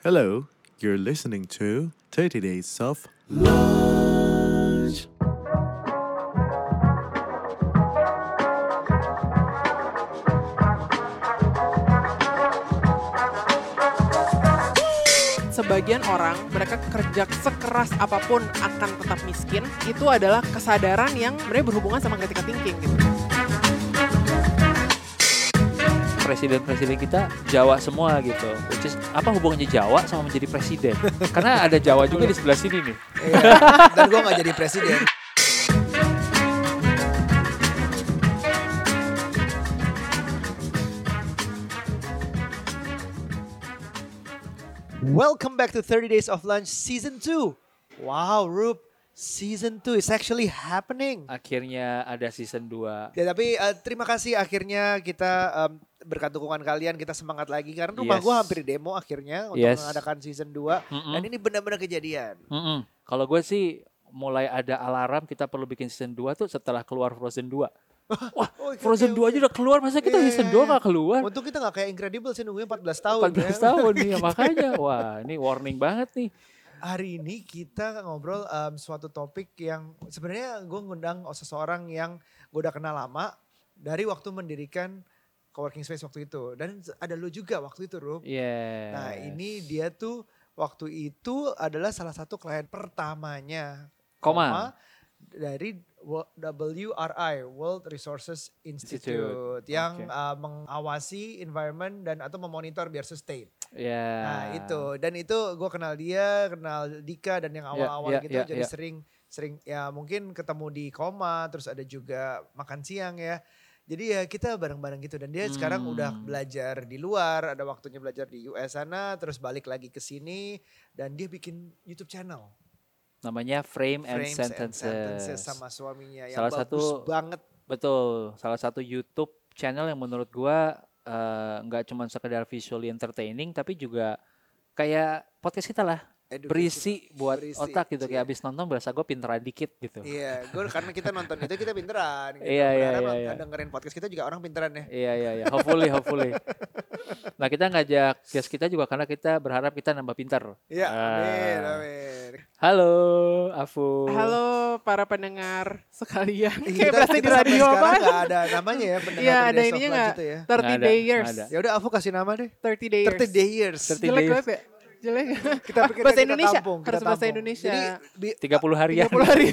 Hello, you're listening to 30 Days of Lunch. Sebagian orang, mereka kerja sekeras apapun akan tetap miskin. Itu adalah kesadaran yang sebenarnya berhubungan sama critical thinking gitu. Presiden-presiden kita Jawa semua gitu. Which is, apa hubungannya Jawa sama menjadi presiden? Karena ada Jawa juga di sebelah sini nih. Iya, dan gue gak jadi presiden. Welcome back to 30 Days of Lunch Season 2. Wow, Rup, Season 2 is actually happening. Akhirnya ada season 2. Ya, tapi terima kasih akhirnya kita berkat dukungan kalian kita semangat lagi. Karena rumah Yes. gue hampir demo akhirnya untuk Yes. mengadakan Season 2. Dan ini benar-benar kejadian. Kalau gue sih mulai ada alarm kita perlu bikin season 2 tuh setelah keluar Frozen 2. Wah, Oh, Frozen 2 aja udah keluar, masa kita season 2 gak keluar? Untung kita gak kayak Incredible sih nunggunya 14 tahun. 14 ya. tahun nih, makanya wah ini warning banget nih. Hari ini kita ngobrol suatu topik yang sebenarnya gue ngundang seseorang yang gue udah kenal lama dari waktu mendirikan coworking space waktu itu. Dan ada lu juga waktu itu, Rup. Yes. Nah ini dia tuh waktu itu adalah salah satu klien pertamanya. Koma. Dari WRI, World Resources Institute. Institute. Yang Oke. mengawasi environment dan atau memonitor biar sustain. Ya. Nah itu, dan itu gue kenal dia, kenal Dika dan yang awal-awal gitu jadi sering ya mungkin ketemu di Koma, terus ada juga makan siang ya. Jadi ya kita bareng-bareng gitu dan dia sekarang udah belajar di luar, ada waktunya belajar di US sana, terus balik lagi ke sini dan dia bikin YouTube channel. Namanya Frame and Frames Sentences. sama suaminya yang Salah bagus satu- banget. Betul, salah satu YouTube channel yang menurut gua nggak cuma sekedar visually entertaining tapi juga kayak podcast kita lah, berisi buat berisi, otak gitu. Kayak iya. abis nonton berasa gue pinteran dikit gitu. Iya, gue karena kita nonton itu kita pinteran. Gitu. Iya, iya, Berharap iya. dengerin podcast kita juga orang pinteran ya. Iya, hopefully. Nah kita ngajak guest kita juga karena kita berharap kita nambah pinter. Iya, amin, Ah. amin. Halo, Afu. Halo para pendengar sekalian. Eh, Kayak berasa di sampai radio sekarang apa? nggak ada namanya ya pendengar Iya 30 ada Days of ininya Lunch gak? itu ya. 30 Nggak ada, day years. nggak ada. Ya udah aku kasih nama deh. 30 day years. 30 day years. 30 Jelek days. banget ya? Jelek. Kita pikir Bahasa kita Indonesia. tampung, kita Harus bahasa tampung. Indonesia. Jadi 30 harian. 30 hari.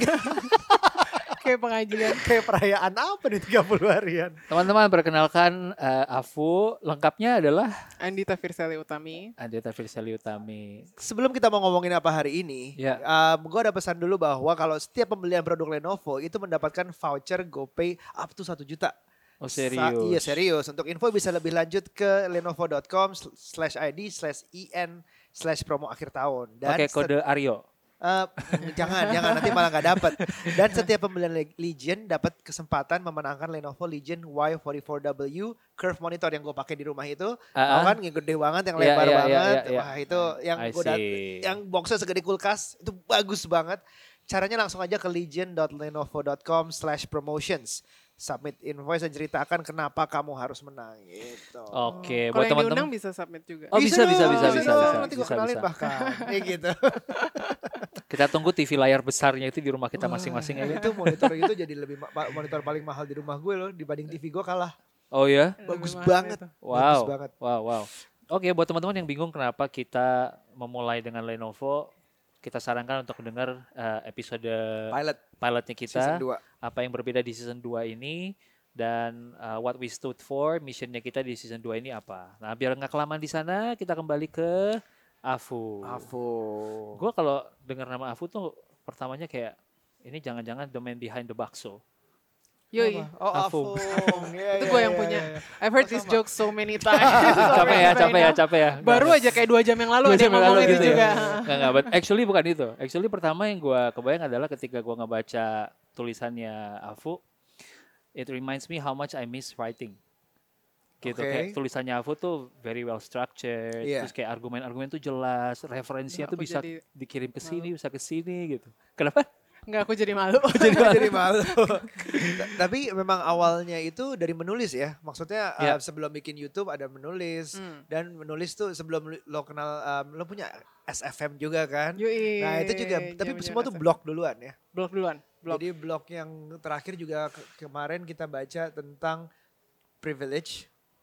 Kayak pengajian. kayak perayaan apa nih 30 harian? Teman-teman perkenalkan Afu, lengkapnya adalah Andita Firseli Utami. Andita Firseli Utami. Sebelum kita mau ngomongin apa hari ini, Ya. gue ada pesan dulu bahwa kalau setiap pembelian produk Lenovo itu mendapatkan voucher GoPay up to 1 juta. Oh serius? Iya serius. Untuk info bisa lebih lanjut ke lenovo.com/id/en/promo akhir tahun. Dan Pakai kode Aryo. jangan nanti malah nggak dapat. Dan setiap pembelian Legion dapat kesempatan memenangkan Lenovo Legion Y44W Curve Monitor yang gue pakai di rumah itu. Tau kan yang gede banget, yang Iya, lebar iya, banget. iya, iya. Wah itu yang I gue see. yang boxnya segede kulkas itu bagus banget. Caranya langsung aja ke legion.lenovo.com/promotions. Submit invoice dan ceritakan kenapa kamu harus menang gitu. Oke, Kalau buat yang diundang teman-teman. bisa submit juga. Oh, bisa. dong, Bisa. Nanti gue kenalin bahkan. Kayak gitu. Kita tunggu TV layar besarnya itu di rumah kita masing-masing ya. Itu monitor itu jadi lebih monitor paling mahal di rumah gue loh, dibanding TV gue kalah. Oh ya? Bagus Lebih mahal banget. itu. Bagus banget. Wow. Oke, buat teman-teman yang bingung kenapa kita memulai dengan Lenovo, kita sarankan untuk mendengar episode pilotnya kita. Season 2. Apa yang berbeda di season 2 ini dan what we stood for, missionnya kita di season 2 ini apa. Nah, biar nggak kelamaan di sana, kita kembali ke Afu. Gue kalau dengar nama Afu tuh pertamanya kayak ini jangan-jangan the man behind the bakso. Yoi. Oh, Afung. Afung. Iya, Itu iya, gue yang iya, punya. iya. I've heard this joke so many times. capek ya. Baru aja kayak 2 jam yang lalu 2 ada jam yang yang ngomong lalu itu gitu juga. ya. Enggak, but actually bukan itu. Actually pertama yang gue kebayang adalah ketika gue ngebaca tulisannya Afu, it reminds me how much I miss writing. Gitu, Oke. kayak tulisannya Afu tuh very well structured, Iya. terus kayak argumen-argumen tuh jelas, referensinya Nggak, tuh aku bisa jadi dikirim ke sini, bisa ke sini gitu. Kenapa? Enggak, aku jadi malu. jadi malu. Tapi memang awalnya itu dari menulis ya. Maksudnya sebelum bikin YouTube ada menulis. Dan menulis tuh sebelum lo kenal, lo punya SFM juga kan. Yui, nah itu juga, tapi semua tuh blog duluan ya. Blog duluan. Jadi blog yang terakhir juga kemarin kita baca tentang privilege.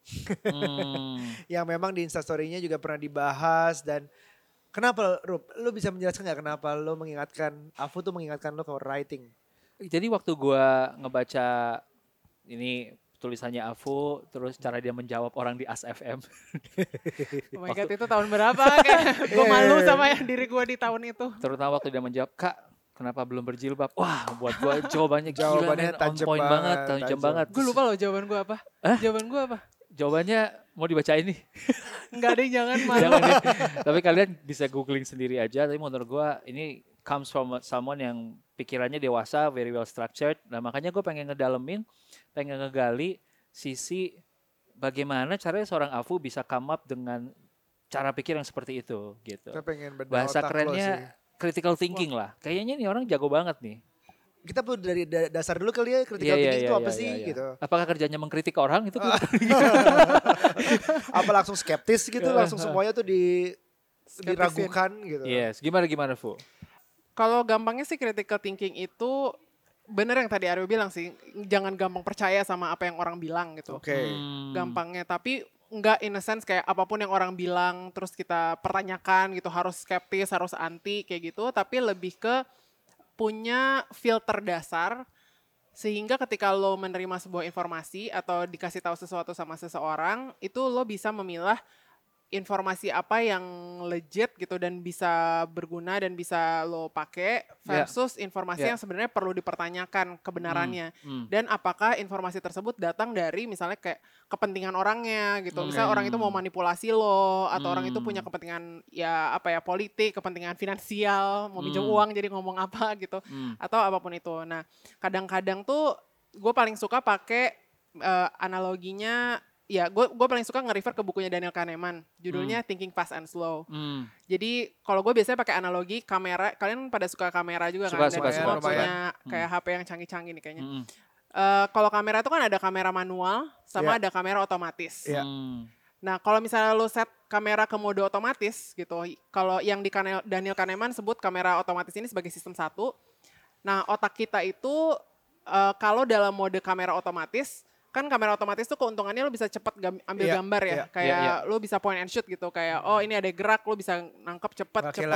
Yang memang di Instastory-nya juga pernah dibahas. Dan kenapa Rup, lo bisa menjelaskan gak kenapa lo mengingatkan, Afu tuh mengingatkan lo ke writing? Jadi waktu gua ngebaca ini tulisannya Afu, terus cara dia menjawab orang di ASFM. Oh my God, itu tahun berapa? Kayak gue malu sama diri gue di tahun itu. Terutama waktu dia menjawab, Kak, kenapa belum berjilbab? Wah, buat gue jawabannya gila, Jawabannya on point banget, tajam banget. Gue lupa loh jawaban gue apa. Jawaban gue apa? Jawabannya mau dibacain nih. Enggak deh, jangan malu. Jangan nih. Tapi kalian bisa googling sendiri aja. Tapi menurut gue ini comes from someone yang pikirannya dewasa, very well structured. Nah makanya gue pengen ngedalemin, pengen ngegali sisi bagaimana caranya seorang Afu bisa come up dengan cara pikir yang seperti itu gitu. Kita pengen bedah Bahasa otak kerennya critical thinking lah. Kayaknya nih orang jago banget nih. Kita perlu dari dasar dulu kali ya, critical thinking itu apa sih gitu. Apakah kerjanya mengkritik orang itu? Apa langsung skeptis gitu, langsung semuanya tuh diragukan gitu. Yes, gimana Fu? Kalau gampangnya sih critical thinking itu bener yang tadi Aryo bilang sih, jangan gampang percaya sama apa yang orang bilang gitu. Oke. Gampangnya, tapi enggak in a sense kayak apapun yang orang bilang terus kita pertanyakan gitu, harus skeptis, harus anti kayak gitu, tapi lebih ke punya filter dasar sehingga ketika lo menerima sebuah informasi atau dikasih tahu sesuatu sama seseorang, itu lo bisa memilah informasi apa yang legit gitu dan bisa berguna dan bisa lo pakai versus informasi yang sebenarnya perlu dipertanyakan kebenarannya. Dan apakah informasi tersebut datang dari misalnya kayak kepentingan orangnya gitu. Misalnya orang itu mau manipulasi lo atau orang itu punya kepentingan politik, kepentingan finansial, mau minjem uang jadi ngomong apa gitu. Atau apapun itu. Nah, kadang-kadang tuh gue paling suka pakai analoginya. Ya, gue paling suka nge-refer ke bukunya Daniel Kahneman. Judulnya Thinking Fast and Slow. Jadi kalau gue biasanya pakai analogi kamera. Kalian pada suka kamera juga kan? Dan semua punya kayak HP yang canggih-canggih nih kayaknya. Kalau kamera itu kan ada kamera manual sama ada kamera otomatis. Nah kalau misalnya lo set kamera ke mode otomatis gitu. Kalau yang di Daniel Kahneman sebut kamera otomatis ini sebagai sistem 1. Nah otak kita itu kalau dalam mode kamera otomatis, kan kamera otomatis tuh keuntungannya lo bisa cepet ambil gambar ya. Kayak lo bisa point and shoot gitu. Kayak ini ada gerak, lo bisa nangkep cepet gitu.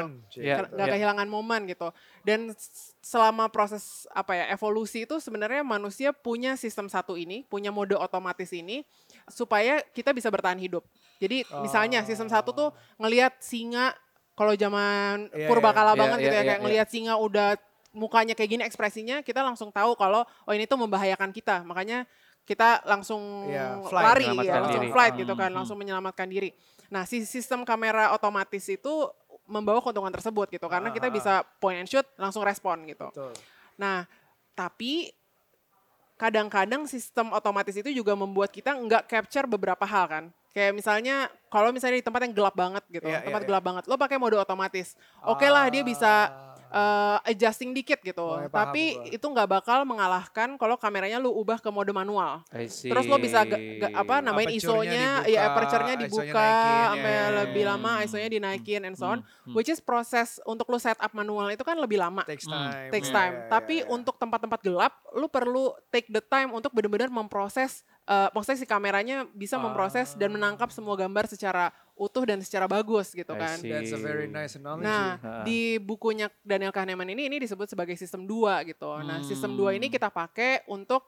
Gak kehilangan momen gitu. Dan selama proses evolusi itu sebenarnya manusia punya sistem 1 ini, punya mode otomatis ini supaya kita bisa bertahan hidup. Jadi misalnya sistem 1 tuh ngelihat singa kalau zaman purbakala banget gitu ya. Kayak ngelihat singa udah mukanya kayak gini ekspresinya, kita langsung tahu kalau ini tuh membahayakan kita. Makanya kita langsung lari langsung flight gitu kan, langsung menyelamatkan diri. Nah, si sistem kamera otomatis itu membawa keuntungan tersebut gitu, karena kita bisa point and shoot, langsung respon gitu. Betul. Nah, tapi kadang-kadang sistem otomatis itu juga membuat kita nggak capture beberapa hal kan. Kayak misalnya, kalau misalnya di tempat yang gelap banget gitu, gelap banget, lo pakai mode otomatis. Oke lah, dia bisa adjusting dikit gitu. Tapi itu nggak bakal mengalahkan kalau kameranya lu ubah ke mode manual. Terus lo bisa nambahin ISO-nya, aperture-nya dibuka sampai lebih lama, ISO-nya dinaikin and so on. Which is proses untuk lo setup manual itu kan lebih lama. Takes time. Tapi untuk tempat-tempat gelap, lu perlu take the time untuk benar-benar memproses. Maksudnya si kameranya bisa memproses dan menangkap semua gambar secara utuh dan secara bagus gitu kan. That's a very nice analogy. Nah, di bukunya Daniel Kahneman ini disebut sebagai sistem 2 gitu. Nah, sistem 2 ini kita pakai untuk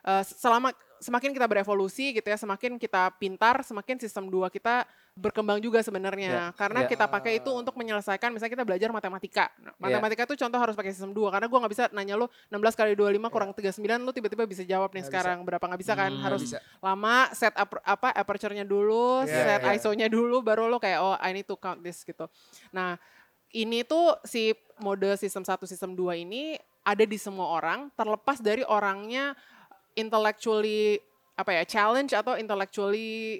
semakin kita berevolusi gitu ya, semakin kita pintar, semakin sistem 2 kita berkembang juga sebenarnya. Karena kita pakai itu untuk menyelesaikan, misalnya kita belajar matematika. Nah, matematika tuh contoh harus pakai sistem 2, karena gue gak bisa nanya lu 16 kali 25 kurang 39, lu tiba-tiba bisa jawab nih sekarang. Berapa, gak bisa kan? Harus lama, set aperture-nya dulu, set ISO-nya dulu, baru lu kayak I need to count this gitu. Nah, ini tuh si mode sistem 1, sistem 2 ini ada di semua orang, terlepas dari orangnya intellectually challenge atau intellectually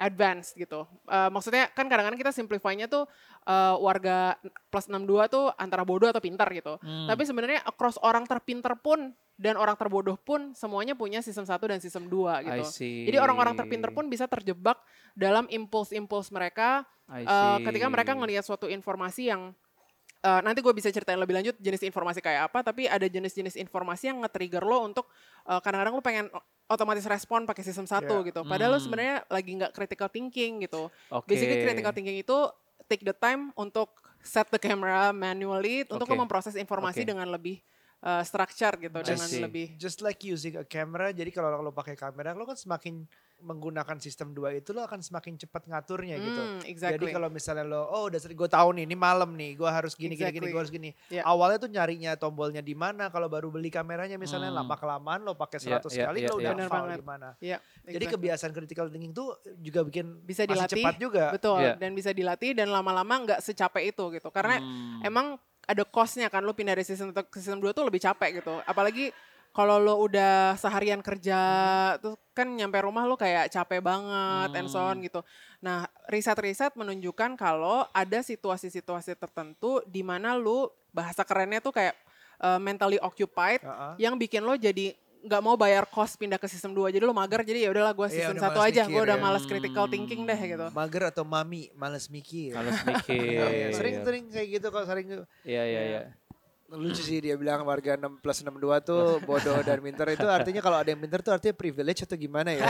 advance gitu. Maksudnya kan kadang-kadang kita simplify-nya tuh warga plus 62 tuh antara bodoh atau pintar gitu. Tapi sebenarnya across orang terpintar pun dan orang terbodoh pun semuanya punya sistem 1 dan sistem 2 gitu. Jadi orang-orang terpintar pun bisa terjebak dalam impuls-impuls mereka ketika mereka ngelihat suatu informasi yang nanti gue bisa ceritain lebih lanjut jenis informasi kayak apa, tapi ada jenis-jenis informasi yang nge-trigger lo untuk kadang-kadang lo pengen otomatis respon pakai sistem 1 gitu. Padahal lo sebenarnya lagi nggak critical thinking gitu. Basically critical thinking itu take the time untuk set the camera manually untuk lo memproses informasi dengan lebih structure gitu, dengan lebih. Just like using a camera, jadi kalau lo pakai kamera, lo kan semakin menggunakan sistem 2 itu lo akan semakin cepat ngaturnya gitu. Exactly. Jadi kalau misalnya lo, udah sering gue tahu nih, ini malam nih, gue harus gini, gue harus gini. Awalnya tuh nyarinya tombolnya di mana, kalau baru beli kameranya misalnya lama kelamaan lo pakai 100 kali lo udah hafal di mana. Jadi kebiasaan critical thinking tuh juga bikin bisa dilatih, cepat juga. Betul, dan bisa dilatih dan lama-lama nggak secapek itu gitu. Karena emang ada cost-nya kan, lo pindah dari sistem ke sistem 2 tuh lebih capek gitu. Apalagi kalau lo udah seharian kerja tuh kan nyampe rumah lo kayak capek banget and so on gitu. Nah, riset-riset menunjukkan kalau ada situasi-situasi tertentu di mana lo bahasa kerennya tuh kayak mentally occupied yang bikin lo jadi nggak mau bayar cost pindah ke sistem 2. Jadi lo mager, jadi ya udahlah gue sistem 1 aja. Gue udah malas critical thinking deh gitu. Mager atau malas mikir. Sering kayak gitu kalau sering. Iya. Lucu sih dia bilang warga 6+62 tuh bodoh dan pintar, itu artinya kalau ada yang pintar tuh artinya privilege atau gimana ya?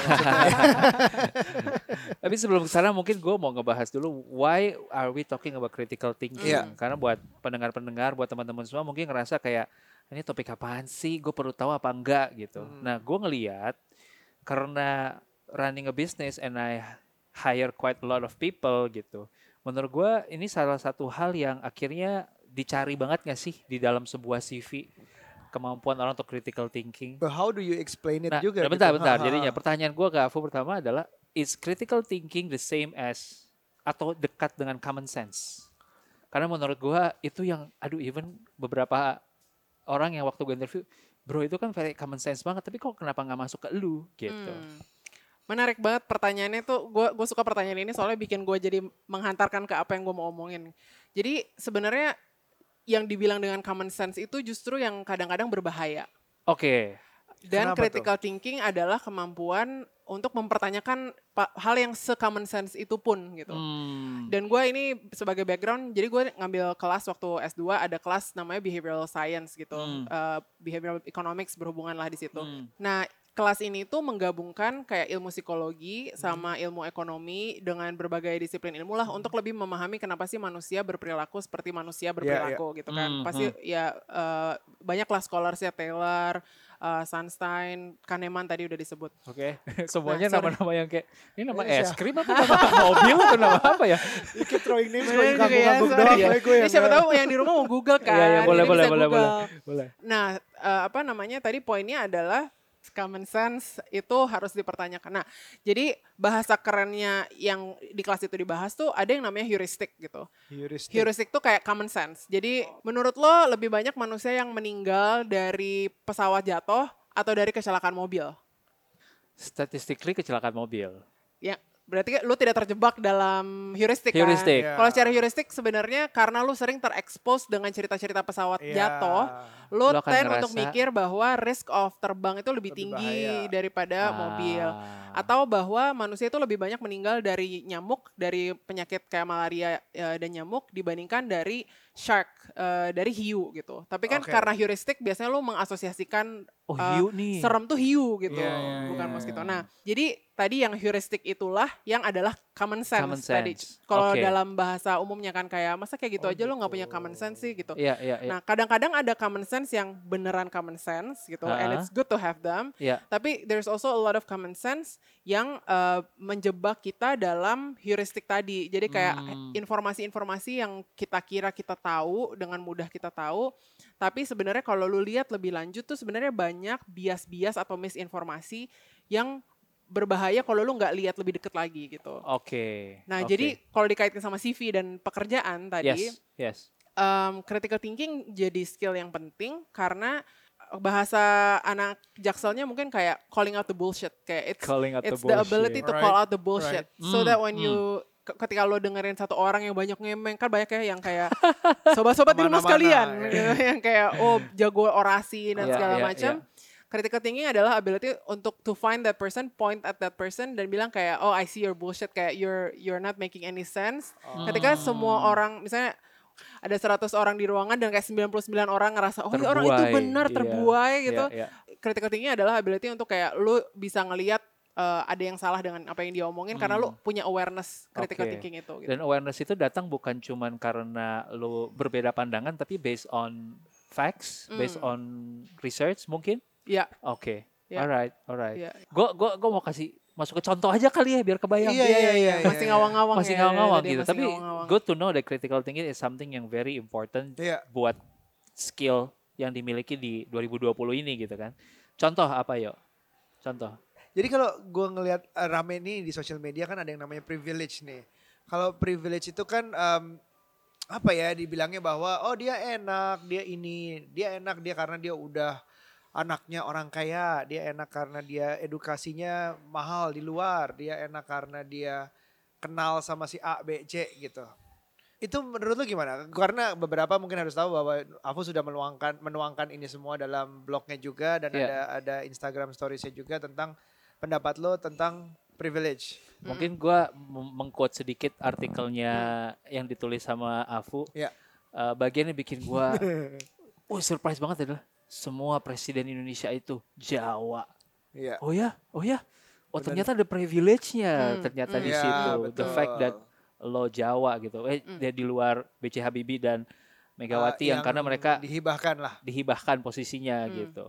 Tapi sebelum kesana mungkin gue mau ngebahas dulu why are we talking about critical thinking? Karena buat pendengar-pendengar, buat teman-teman semua mungkin ngerasa kayak ini topik apaan sih? Gue perlu tahu apa enggak gitu. Nah gue ngelihat karena running a business and I hire quite a lot of people gitu. Menurut gue ini salah satu hal yang akhirnya dicari banget gak sih di dalam sebuah CV, kemampuan orang untuk critical thinking. But how do you explain it juga? Nah bentar. Jadinya pertanyaan gue ke Afu pertama adalah, is critical thinking the same as atau dekat dengan common sense? Karena menurut gue itu yang, even beberapa orang yang waktu gue interview, bro itu kan very common sense banget, tapi kok kenapa gak masuk ke lu gitu. Menarik banget pertanyaannya tuh, gue suka pertanyaan ini soalnya bikin gue jadi menghantarkan ke apa yang gue mau omongin. Jadi sebenarnya yang dibilang dengan common sense itu justru yang kadang-kadang berbahaya. Dan kenapa critical thinking adalah kemampuan untuk mempertanyakan hal yang se-common sense itu pun gitu. Dan gue ini sebagai background, jadi gue ngambil kelas waktu S2, ada kelas namanya behavioral science gitu. Behavioral economics berhubungan lah di situ. Nah, kelas ini tuh menggabungkan kayak ilmu psikologi sama ilmu ekonomi dengan berbagai disiplin ilmu lah untuk lebih memahami kenapa sih manusia berperilaku seperti manusia berperilaku gitu kan. Pasti banyaklah scholarsnya Taylor, Sunstein, Kahneman tadi udah disebut. Semuanya nama-nama yang kayak, ini nama es krim apa nama mobil atau nama apa ya? You keep throwing names kalau gabung-gabung doang. Siapa tahu yang di rumah mau Google kan. Boleh. Nah, tadi poinnya adalah common sense itu harus dipertanyakan. Nah, jadi bahasa kerennya yang di kelas itu dibahas tuh ada yang namanya heuristic gitu. Heuristic tuh kayak common sense. Jadi menurut lo lebih banyak manusia yang meninggal dari pesawat jatuh atau dari kecelakaan mobil? Statistically kecelakaan mobil. Ya, berarti lu tidak terjebak dalam heuristic kan? Kalau secara heuristic sebenarnya karena lu sering terekspos dengan cerita-cerita pesawat jatuh, lu tend untuk mikir bahwa risk of terbang itu lebih tinggi daripada mobil. Atau bahwa manusia itu lebih banyak meninggal dari nyamuk, dari penyakit kayak malaria dan nyamuk dibandingkan dari shark, dari hiu gitu. Tapi kan karena heuristic biasanya lu mengasosiasikan hiu nih. Serem tuh hiu gitu, bukan mosquito. Nah, jadi tadi yang heuristic itulah yang adalah common sense. Tadi. Kalau dalam bahasa umumnya kan kayak masa kayak gitu aja lo nggak punya common sense sih gitu. Nah, kadang-kadang ada common sense yang beneran common sense gitu, and it's good to have them. Tapi there's also a lot of common sense yang menjebak kita dalam heuristic tadi. Jadi kayak informasi-informasi yang kita kira kita tahu dengan mudah kita tahu, tapi sebenarnya kalau lu lihat lebih lanjut tuh sebenarnya banyak bias-bias atau misinformasi yang berbahaya kalau lu nggak lihat lebih deket lagi gitu. Jadi kalau dikaitkan sama CV dan pekerjaan tadi, critical thinking jadi skill yang penting karena bahasa anak jakselnya mungkin kayak calling out the bullshit. Kayak it's the ability to call out the bullshit. So that when you ketika lo dengerin satu orang yang banyak ngemeng, kan banyak ya yang kayak sobat-sobat di rumah sekalian gitu, yang kayak jago orasi dan segala macam. Critical thinking adalah ability untuk to find that person, point at that person dan bilang kayak I see your bullshit, kayak you're not making any sense. Ketika semua orang misalnya ada 100 orang di ruangan dan kayak 99 orang ngerasa orang itu benar terbuai gitu. Critical thinking adalah ability untuk kayak lu bisa ngelihat ada yang salah dengan apa yang dia omongin karena lu punya awareness critical thinking itu. Gitu. Dan awareness itu datang bukan cuman karena lu berbeda pandangan tapi based on facts, based on research mungkin. Iya. Oke. Alright. Yeah. Gue mau kasih masuk ke contoh aja kali ya biar kebayang. Iya. Masih ngawang-ngawang. Masih ngawang-ngawang gitu. Tapi good to know that critical thinking is something yang very important buat skill yang dimiliki di 2020 ini gitu kan. Contoh apa yuk? Contoh. Jadi kalau gue ngelihat rame nih di sosial media kan ada yang namanya privilege nih. Kalau privilege itu kan apa ya dibilangnya bahwa dia enak, dia enak karena dia udah anaknya orang kaya, dia enak karena dia edukasinya mahal di luar, dia enak karena dia kenal sama si A, B, C gitu. Itu menurut lu gimana? Karena beberapa mungkin harus tahu bahwa Afu sudah menuangkan ini semua dalam blognya juga dan ada Instagram storiesnya juga tentang pendapat lo tentang privilege. Mungkin gue meng-quote sedikit artikelnya yang ditulis sama Afu. Bagian yang bikin gue surprise banget adalah semua presiden Indonesia itu Jawa. Oh ya. Ternyata ada privilege-nya ternyata di situ. Betul. The fact that lo Jawa gitu. Dia di luar B.J. Habibie dan Megawati yang karena mereka dihibahkan posisinya gitu.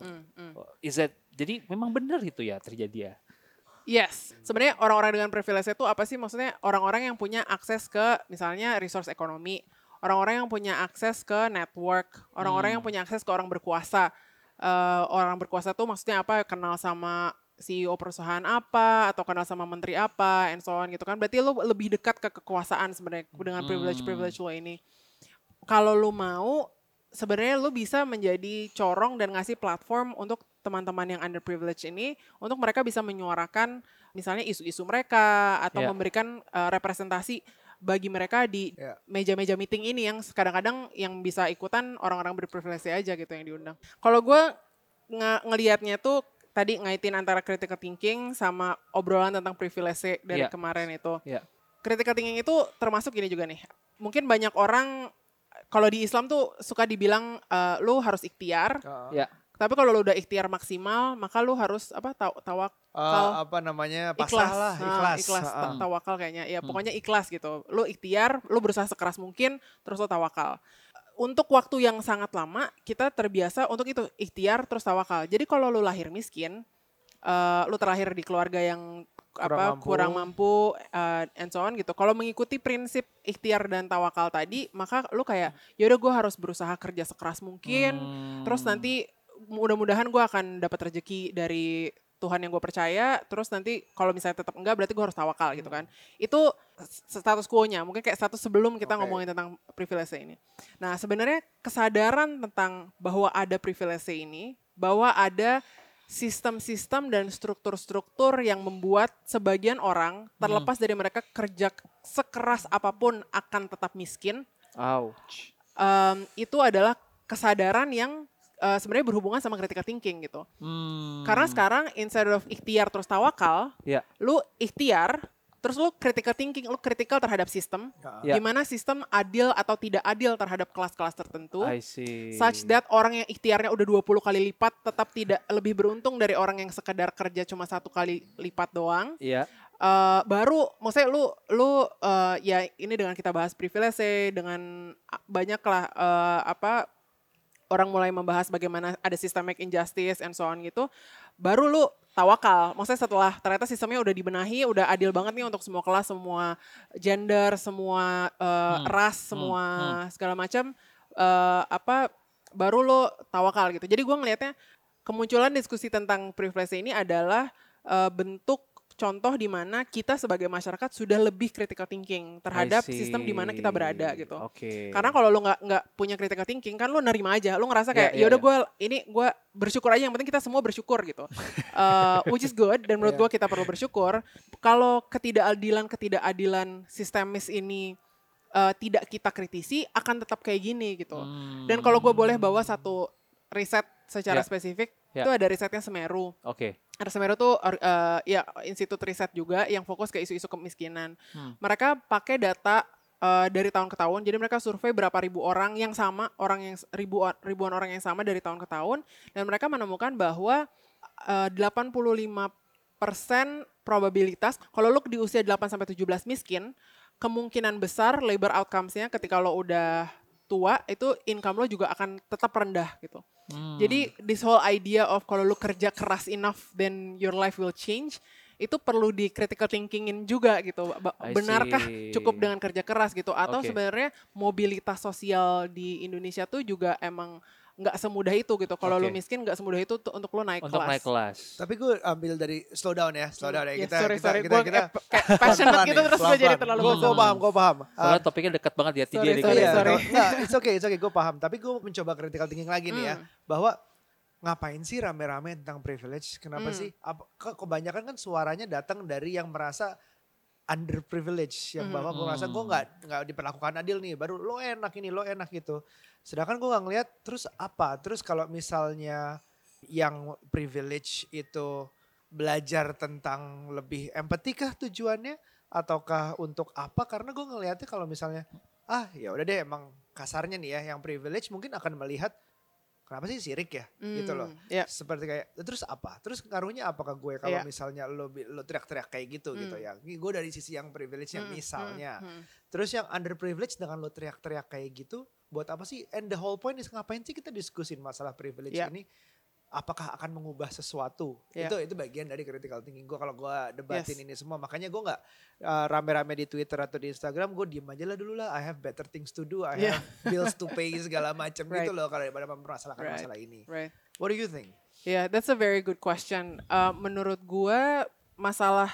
Jadi memang benar itu ya terjadi ya. Yes, sebenarnya orang-orang dengan privilege itu apa sih? Maksudnya orang-orang yang punya akses ke misalnya resource ekonomi, orang-orang yang punya akses ke network, orang-orang yang punya akses ke orang berkuasa. Orang berkuasa tuh maksudnya apa? Kenal sama CEO perusahaan apa atau kenal sama menteri apa, and so on gitu kan. Berarti lu lebih dekat ke kekuasaan sebenarnya dengan privilege lo ini. Kalau lu mau, sebenarnya lu bisa menjadi corong dan ngasih platform untuk teman-teman yang underprivileged ini untuk mereka bisa menyuarakan misalnya isu-isu mereka atau memberikan representasi bagi mereka di meja-meja meeting ini yang kadang-kadang yang bisa ikutan orang-orang berprivilege aja gitu yang diundang. Kalau gue ngelihatnya tuh tadi ngaitin antara critical thinking sama obrolan tentang privilege dari kemarin itu. Critical thinking itu termasuk gini juga nih. Mungkin banyak orang kalau di Islam tuh suka dibilang lu harus ikhtiar. Tapi kalau lu udah ikhtiar maksimal, maka lu harus tawakal. Ikhlas. Tawakal kayaknya. Ya pokoknya ikhlas gitu. Lu ikhtiar, lu berusaha sekeras mungkin, terus lu tawakal. Untuk waktu yang sangat lama, kita terbiasa untuk itu, ikhtiar terus tawakal. Jadi kalau lu lahir miskin, lu terlahir di keluarga yang kurang mampu and so on gitu. Kalau mengikuti prinsip ikhtiar dan tawakal tadi, maka lu kayak yaudah gue harus berusaha kerja sekeras mungkin, terus nanti mudah-mudahan gue akan dapat rezeki dari Tuhan yang gue percaya, terus nanti kalau misalnya tetap enggak berarti gue harus tawakal gitu kan. Itu status quo-nya, mungkin kayak status sebelum kita ngomongin tentang privilege ini. Nah sebenarnya kesadaran tentang bahwa ada privilege ini, bahwa ada sistem-sistem dan struktur-struktur yang membuat sebagian orang terlepas dari mereka kerja sekeras apapun akan tetap miskin. Ouch. Itu adalah kesadaran yang sebenarnya berhubungan sama critical thinking gitu. Karena sekarang instead of ikhtiar terus tawakal, lu ikhtiar terus lu critical thinking, lu critical terhadap sistem. Gimana sistem adil atau tidak adil terhadap kelas-kelas tertentu. I see. Such that orang yang ikhtiarnya udah 20 kali lipat tetap tidak lebih beruntung dari orang yang sekedar kerja cuma 1 kali lipat doang. Baru maksudnya lu ya ini dengan kita bahas privilege dengan banyak lah orang mulai membahas bagaimana ada systemic injustice and so on gitu, baru lu tawakal. Maksudnya setelah ternyata sistemnya udah dibenahi, udah adil banget nih untuk semua kelas, semua gender, semua ras, semua segala macam, baru lu tawakal gitu. Jadi gue ngelihatnya kemunculan diskusi tentang privilege ini adalah bentuk contoh di mana kita sebagai masyarakat sudah lebih critical thinking terhadap sistem di mana kita berada gitu. Karena kalau lu nggak punya critical thinking kan lu nerima aja, lu ngerasa kayak ya udah gue bersyukur aja, yang penting kita semua bersyukur gitu. Which is good, dan menurut gue kita perlu bersyukur. Kalau ketidakadilan sistemis ini tidak kita kritisi, akan tetap kayak gini gitu. Dan kalau gue boleh bawa satu riset secara spesifik, itu ada risetnya Semeru. Semeru tuh ya institut riset juga yang fokus ke isu-isu kemiskinan. Mereka pakai data dari tahun ke tahun. Jadi mereka survei berapa ribu orang yang sama, ribuan orang yang sama dari tahun ke tahun, dan mereka menemukan bahwa 85% probabilitas kalau lu di usia 8-17 miskin, kemungkinan besar labor outcomes-nya ketika lo udah tua itu income lo juga akan tetap rendah gitu. Jadi this whole idea of kalau lo kerja keras enough then your life will change, itu perlu di critical thinkingin juga gitu. Benarkah cukup dengan kerja keras gitu, atau sebenarnya mobilitas sosial di Indonesia tuh juga emang nggak semudah itu gitu. Kalau lo miskin nggak semudah itu untuk lo naik kelas. Tapi gue ambil dari slow down ya. Kita passionate gitu terus gue jadi terlalu gue paham. Soalnya topiknya dekat banget di hati dia. Sorry. It's okay, gue paham. Tapi gue mencoba critical thinking lagi nih ya, bahwa ngapain sih rame-rame tentang privilege? Kenapa sih? Kebanyakan kan suaranya datang dari yang merasa underprivileged, yang bahwa gue merasa gue nggak diperlakukan adil nih, baru lo enak gitu. Sedangkan gue nggak ngeliat terus apa. Terus kalau misalnya yang privilege itu belajar tentang lebih empati kah tujuannya, ataukah untuk apa? Karena gue ngeliatnya kalau misalnya ya udah deh, emang kasarnya nih ya, yang privilege mungkin akan melihat kenapa sih sirik ya gitu loh. Seperti kayak terus apa? Terus ngaruhnya apa ke gue kalau misalnya lo teriak-teriak kayak gitu gitu ya. Gue dari sisi yang privilege yang misalnya. Terus yang underprivilege dengan lo teriak-teriak kayak gitu, buat apa sih? And the whole point is ngapain sih kita diskusin masalah privilege ini? Apakah akan mengubah sesuatu? Itu bagian dari critical thinking gue kalau gue debatin ini semua. Makanya gue gak rame-rame di Twitter atau di Instagram, gue diem aja lah dulu lah. I have better things to do, I have bills to pay segala macam gitu loh, kalau daripada mempermasalahkan masalah ini. What do you think? Yeah, that's a very good question. Menurut gue masalah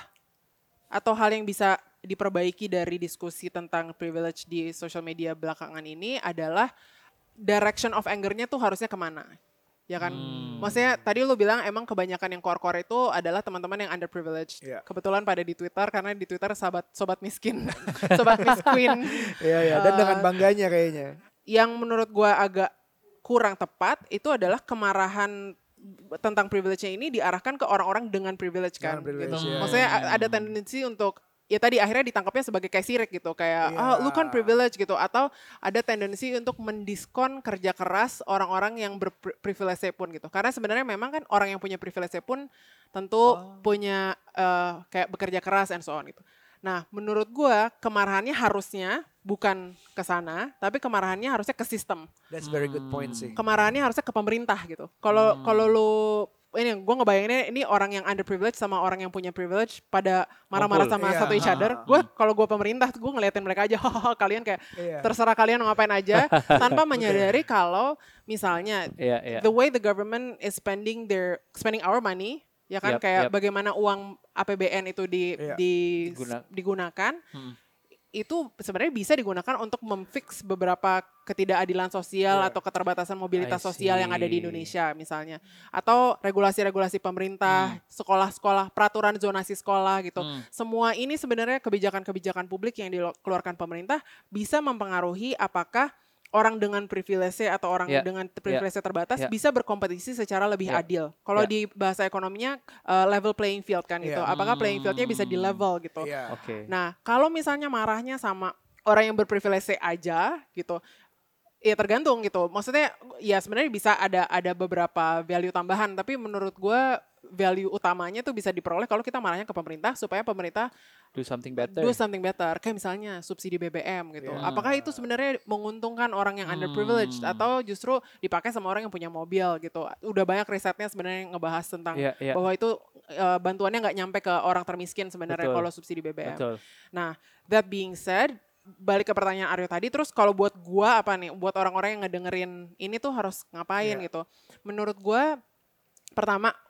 atau hal yang bisa diperbaiki dari diskusi tentang privilege di social media belakangan ini adalah direction of anger-nya tuh harusnya kemana. Ya kan, maksudnya tadi lu bilang emang kebanyakan yang core-core itu adalah teman-teman yang underprivileged. Kebetulan pada di Twitter, karena di Twitter sobat miskin, sobat Miss Queen. Dan dengan bangganya kayaknya. Yang menurut gua agak kurang tepat itu adalah kemarahan tentang privilege-nya ini diarahkan ke orang-orang dengan privilege kan. Maksudnya ada tendensi untuk ya tadi akhirnya ditangkapnya sebagai kayak sirik gitu, kayak lu kan privilege gitu, atau ada tendensi untuk mendiskon kerja keras orang-orang yang berprivilege pun gitu. Karena sebenarnya memang kan orang yang punya privilege pun tentu punya kayak bekerja keras and so on gitu. Nah, menurut gua kemarahannya harusnya bukan ke sana, tapi kemarahannya harusnya ke sistem. That's very good point sih. Kemarahannya harusnya ke pemerintah gitu. Kalau lu ini gue ngebayanginnya ini orang yang underprivileged sama orang yang punya privilege pada marah-marah sama satu each other. Kalau gue pemerintah, gue ngeliatin mereka aja, kalian kayak terserah kalian ngapain aja, tanpa menyadari kalau misalnya the way the government is spending our money, ya kan, kayak bagaimana uang APBN itu digunakan. Itu sebenarnya bisa digunakan untuk memfix beberapa ketidakadilan sosial atau keterbatasan mobilitas sosial yang ada di Indonesia misalnya. Atau regulasi-regulasi pemerintah, sekolah-sekolah, peraturan zonasi sekolah gitu. Semua ini sebenarnya kebijakan-kebijakan publik yang dikeluarkan pemerintah bisa mempengaruhi apakah orang dengan privilege atau orang dengan privilege terbatas bisa berkompetisi secara lebih adil. Kalau di bahasa ekonominya level playing field kan gitu. Apakah playing fieldnya bisa di level gitu. Nah, kalau misalnya marahnya sama orang yang berprivilege aja gitu, ya tergantung gitu. Maksudnya ya sebenarnya bisa ada beberapa value tambahan, tapi menurut gue value utamanya tuh bisa diperoleh kalau kita marahnya ke pemerintah supaya pemerintah do something better. Kayak misalnya subsidi BBM gitu. Apakah itu sebenarnya menguntungkan orang yang underprivileged atau justru dipakai sama orang yang punya mobil gitu. Udah banyak risetnya sebenarnya ngebahas tentang bahwa itu bantuannya nggak nyampe ke orang termiskin sebenarnya kalau subsidi BBM. Nah, that being said, balik ke pertanyaan Aryo tadi, terus kalau buat gua apa nih, buat orang-orang yang ngedengerin ini tuh harus ngapain gitu. Menurut gua pertama, untuk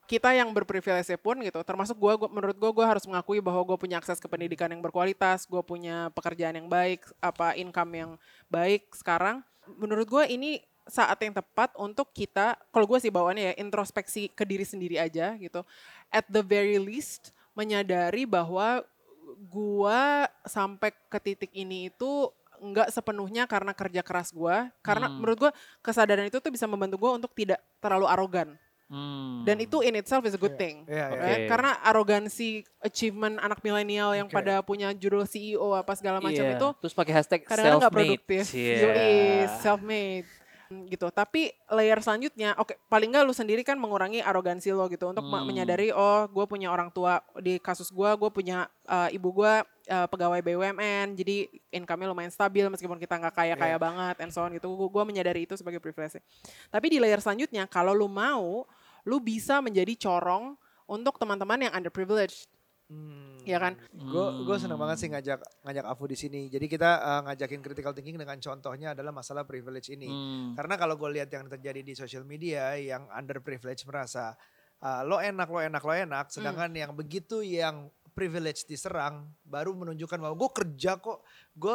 kita yang berprivilege pun gitu, termasuk menurut gue harus mengakui bahwa gue punya akses ke pendidikan yang berkualitas, gue punya pekerjaan yang baik, income yang baik sekarang. Menurut gue ini saat yang tepat untuk kita, kalau gue sih bawaannya ya, introspeksi ke diri sendiri aja gitu. At the very least, menyadari bahwa gue sampai ke titik ini itu nggak sepenuhnya karena kerja keras gue. Karena menurut gue kesadaran itu tuh bisa membantu gue untuk tidak terlalu arogan. Dan itu in itself is a good thing. Okay. Karena arogansi achievement anak milenial yang pada punya judul CEO apa segala macam itu terus pakai hashtag kadang-kadang nggak self-made. produktif. Self-made gitu. Tapi layer selanjutnya, paling nggak lu sendiri kan mengurangi arogansi lo gitu untuk menyadari gue punya orang tua, di kasus gue punya ibu gue pegawai BUMN, jadi income-nya lumayan stabil meskipun kita nggak kaya banget and so on gitu. Gue menyadari itu sebagai privilege. Tapi di layer selanjutnya, kalau lu mau, lu bisa menjadi corong untuk teman-teman yang underprivileged. Ya kan? Gue senang banget sih ngajak Afu di sini. Jadi kita ngajakin critical thinking dengan contohnya adalah masalah privilege ini. Karena kalau gue lihat yang terjadi di social media, yang underprivileged merasa lo enak, sedangkan yang begitu yang privilege diserang baru menunjukkan bahwa gue kerja kok,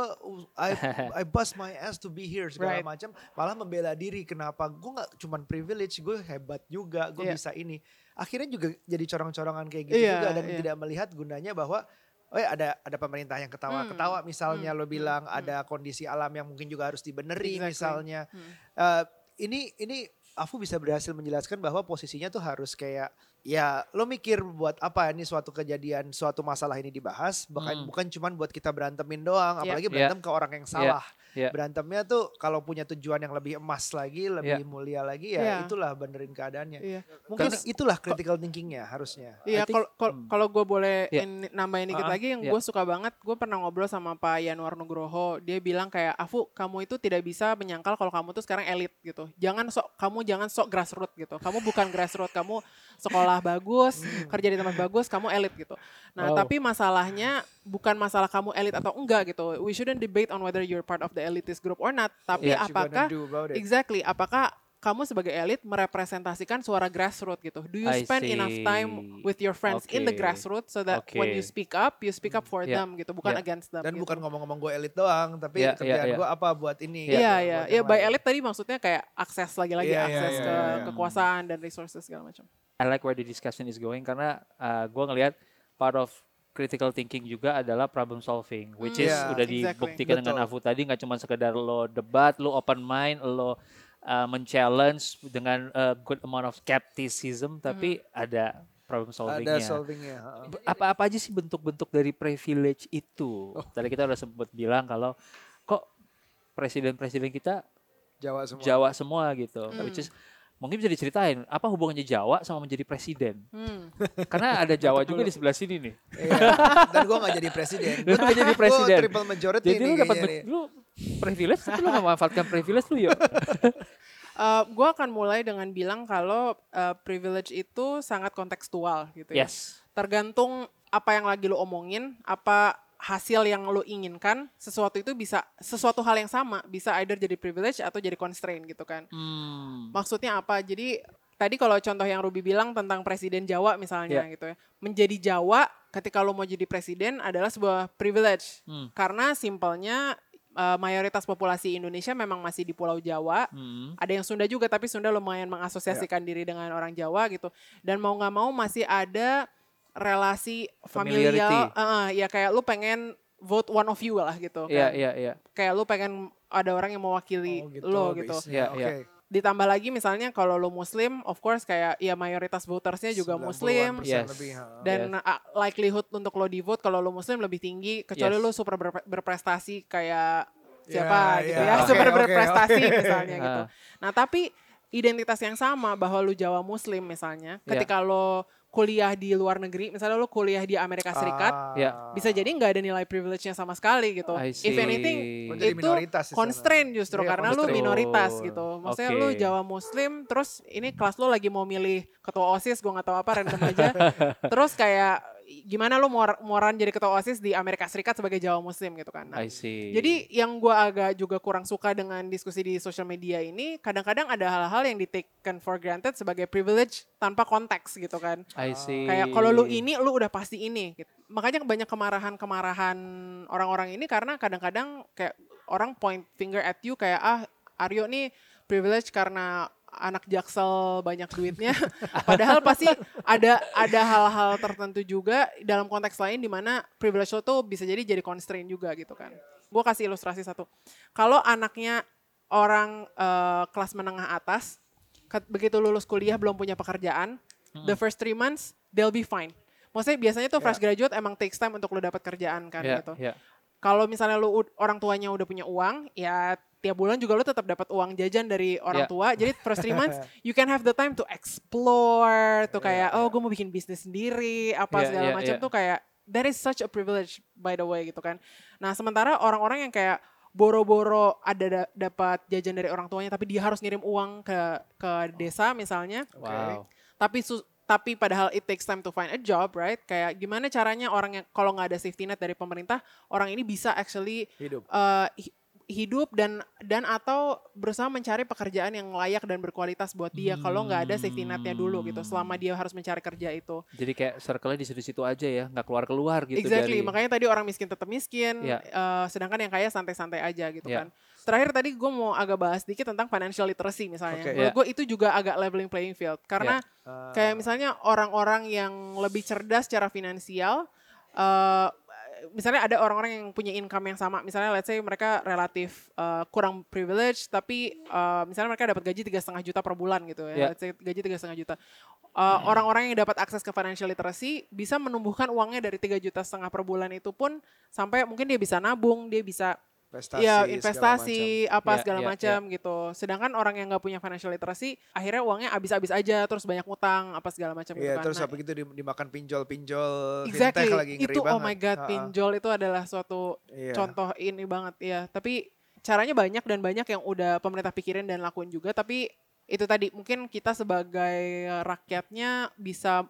I bust my ass to be here segala macam, malah membela diri. Kenapa? Gue nggak cuman privilege, gue hebat juga, gue bisa ini. Akhirnya juga jadi corong-corongan kayak gitu juga, dan tidak melihat gunanya bahwa ada pemerintah yang ketawa-ketawa misalnya, lo bilang ada kondisi alam yang mungkin juga harus dibeneri misalnya. Ini Afu bisa berhasil menjelaskan bahwa posisinya tuh harus kayak, ya lo mikir buat apa ini suatu kejadian, suatu masalah ini dibahas, bukan cuman buat kita berantemin doang, apalagi berantem ke orang yang salah. Berantemnya tuh kalau punya tujuan yang lebih emas lagi, lebih mulia lagi, ya itulah benerin keadaannya. Mungkin itulah critical thinkingnya harusnya. Iya, kalau gue boleh nambahin dikit lagi, yang gue suka banget, gue pernah ngobrol sama Pak Yanuar Nugroho, dia bilang kayak, Afu, kamu itu tidak bisa menyangkal kalau kamu tuh sekarang elit gitu. Kamu jangan sok grassroots gitu. Kamu bukan grassroots, kamu sekolah bagus, kerja di tempat bagus, kamu elit gitu. Nah, tapi masalahnya bukan masalah kamu elit atau enggak gitu. We shouldn't debate on whether you're part of the elitist group or not. Tapi apakah kamu sebagai elit merepresentasikan suara grassroots gitu. Do you spend enough time with your friends in the grassroots so that when you speak up for them gitu, bukan against them. Dan gitu. bukan ngomong-ngomong gue elit doang, tapi kerjaan gue apa buat ini. Iya, by elit tadi maksudnya kayak akses lagi-lagi, akses ke kekuasaan dan resources segala macam. I like where the discussion is going karena gue ngelihat part of critical thinking juga adalah problem solving, which is udah dibuktikan dengan Afu tadi, nggak cuma sekedar lo debat, lo open mind, lo men-challenge dengan good amount of skepticism, tapi ada problem solvingnya. Ada solvingnya. Apa aja sih bentuk-bentuk dari privilege itu? Tadi kita udah sempat bilang kalau kok presiden-presiden kita Jawa semua gitu, which is mungkin bisa diceritain apa hubungannya Jawa sama menjadi presiden? Karena ada Jawa juga di sebelah sini nih. Dan gue gak jadi presiden. Gue gak jadi presiden. Gue triple majority. Jadi lu dapat privilege, tapi lu gak memanfaatkan privilege lu yuk. Gue akan mulai dengan bilang kalau privilege itu sangat kontekstual gitu ya. Yes. Tergantung apa yang lagi lu omongin, apa hasil yang lo inginkan, sesuatu itu bisa, sesuatu hal yang sama bisa either jadi privilege atau jadi constraint gitu kan. Maksudnya apa? Jadi tadi kalau contoh yang Ruby bilang tentang presiden Jawa misalnya gitu ya. Menjadi Jawa ketika lo mau jadi presiden adalah sebuah privilege. Karena simpelnya mayoritas populasi Indonesia memang masih di Pulau Jawa. Ada yang Sunda juga, tapi Sunda lumayan mengasosiasikan diri dengan orang Jawa gitu. Dan mau gak mau masih ada relasi familial, ya kayak lu pengen vote one of you lah gitu kan. Kayak lu pengen ada orang yang mewakili lo gitu. Ditambah lagi misalnya kalau lu Muslim, of course kayak ya mayoritas votersnya juga Muslim. Dan likelihood untuk lo di vote kalau lu Muslim lebih tinggi, kecuali lu super berprestasi kayak siapa gitu ya. Super berprestasi misalnya gitu. Nah tapi identitas yang sama bahwa lu Jawa Muslim misalnya, ketika lo kuliah di luar negeri, misalnya lo kuliah di Amerika Serikat, bisa jadi nggak ada nilai privilege-nya sama sekali gitu. If anything, itu constraint justru karena lo minoritas gitu. Maksudnya lo Jawa Muslim, terus ini kelas lo lagi mau milih ketua OSIS, gue nggak tahu apa, random aja. Terus kayak gimana lu muaran jadi ketua OSIS di Amerika Serikat sebagai Jawa Muslim gitu kan. Nah, I see. jadi yang gue agak juga kurang suka dengan diskusi di social media ini, kadang-kadang ada hal-hal yang di taken for granted sebagai privilege tanpa konteks gitu kan. I see. Kayak kalau lu ini, lu udah pasti ini. Gitu. Makanya banyak kemarahan orang-orang ini karena kadang-kadang kayak orang point finger at you kayak Aryo nih privilege karena anak Jaksel banyak duitnya. Padahal pasti ada hal-hal tertentu juga dalam konteks lain di mana privilege lo tuh bisa jadi constraint juga gitu kan. Gue kasih ilustrasi satu. Kalau anaknya orang kelas menengah atas, begitu lulus kuliah belum punya pekerjaan, the first 3 months they'll be fine. Maksudnya biasanya tuh fresh graduate emang takes time untuk lo dapat kerjaan kan gitu. Kalau misalnya lu orang tuanya udah punya uang, ya tiap bulan juga lu tetap dapat uang jajan dari orang tua. Jadi first 3 months you can have the time to explore, tuh kayak gue mau bikin bisnis sendiri, apa segala macam tuh kayak that is such a privilege by the way gitu kan. Nah sementara orang-orang yang kayak boro-boro ada dapat jajan dari orang tuanya, tapi dia harus ngirim uang ke desa misalnya. Wow. Tapi padahal it takes time to find a job, right? Kayak gimana caranya orang yang kalau nggak ada safety net dari pemerintah, orang ini bisa actually hidup dan atau berusaha mencari pekerjaan yang layak dan berkualitas buat dia kalau nggak ada safety netnya dulu gitu. Selama dia harus mencari kerja itu. Jadi kayak circle-nya di situ-situ aja ya, nggak keluar gitu. Exactly, makanya tadi orang miskin tetap miskin, sedangkan yang kaya santai-santai aja gitu kan. Terakhir tadi gue mau agak bahas dikit tentang financial literacy misalnya. Gue itu juga agak leveling playing field. Karena kayak misalnya orang-orang yang lebih cerdas secara finansial, misalnya ada orang-orang yang punya income yang sama. Misalnya let's say mereka relatif kurang privilege, tapi misalnya mereka dapat gaji 3,5 juta per bulan gitu ya. Let's say gaji 3,5 juta. Orang-orang yang dapat akses ke financial literacy bisa menumbuhkan uangnya dari 3,5 juta per bulan itu pun sampai mungkin dia bisa nabung, dia bisa investasi segala macam gitu. Sedangkan orang yang nggak punya financial literacy akhirnya uangnya habis-habis aja, terus banyak ngutang apa segala macam gitu kan. Terus apa gitu dimakan pinjol exactly. Fintech lagi ngeri itu, banget. Oh my god, pinjol itu adalah suatu contoh ini banget ya. Tapi caranya banyak dan banyak yang udah pemerintah pikirin dan lakuin juga. Tapi itu tadi mungkin kita sebagai rakyatnya bisa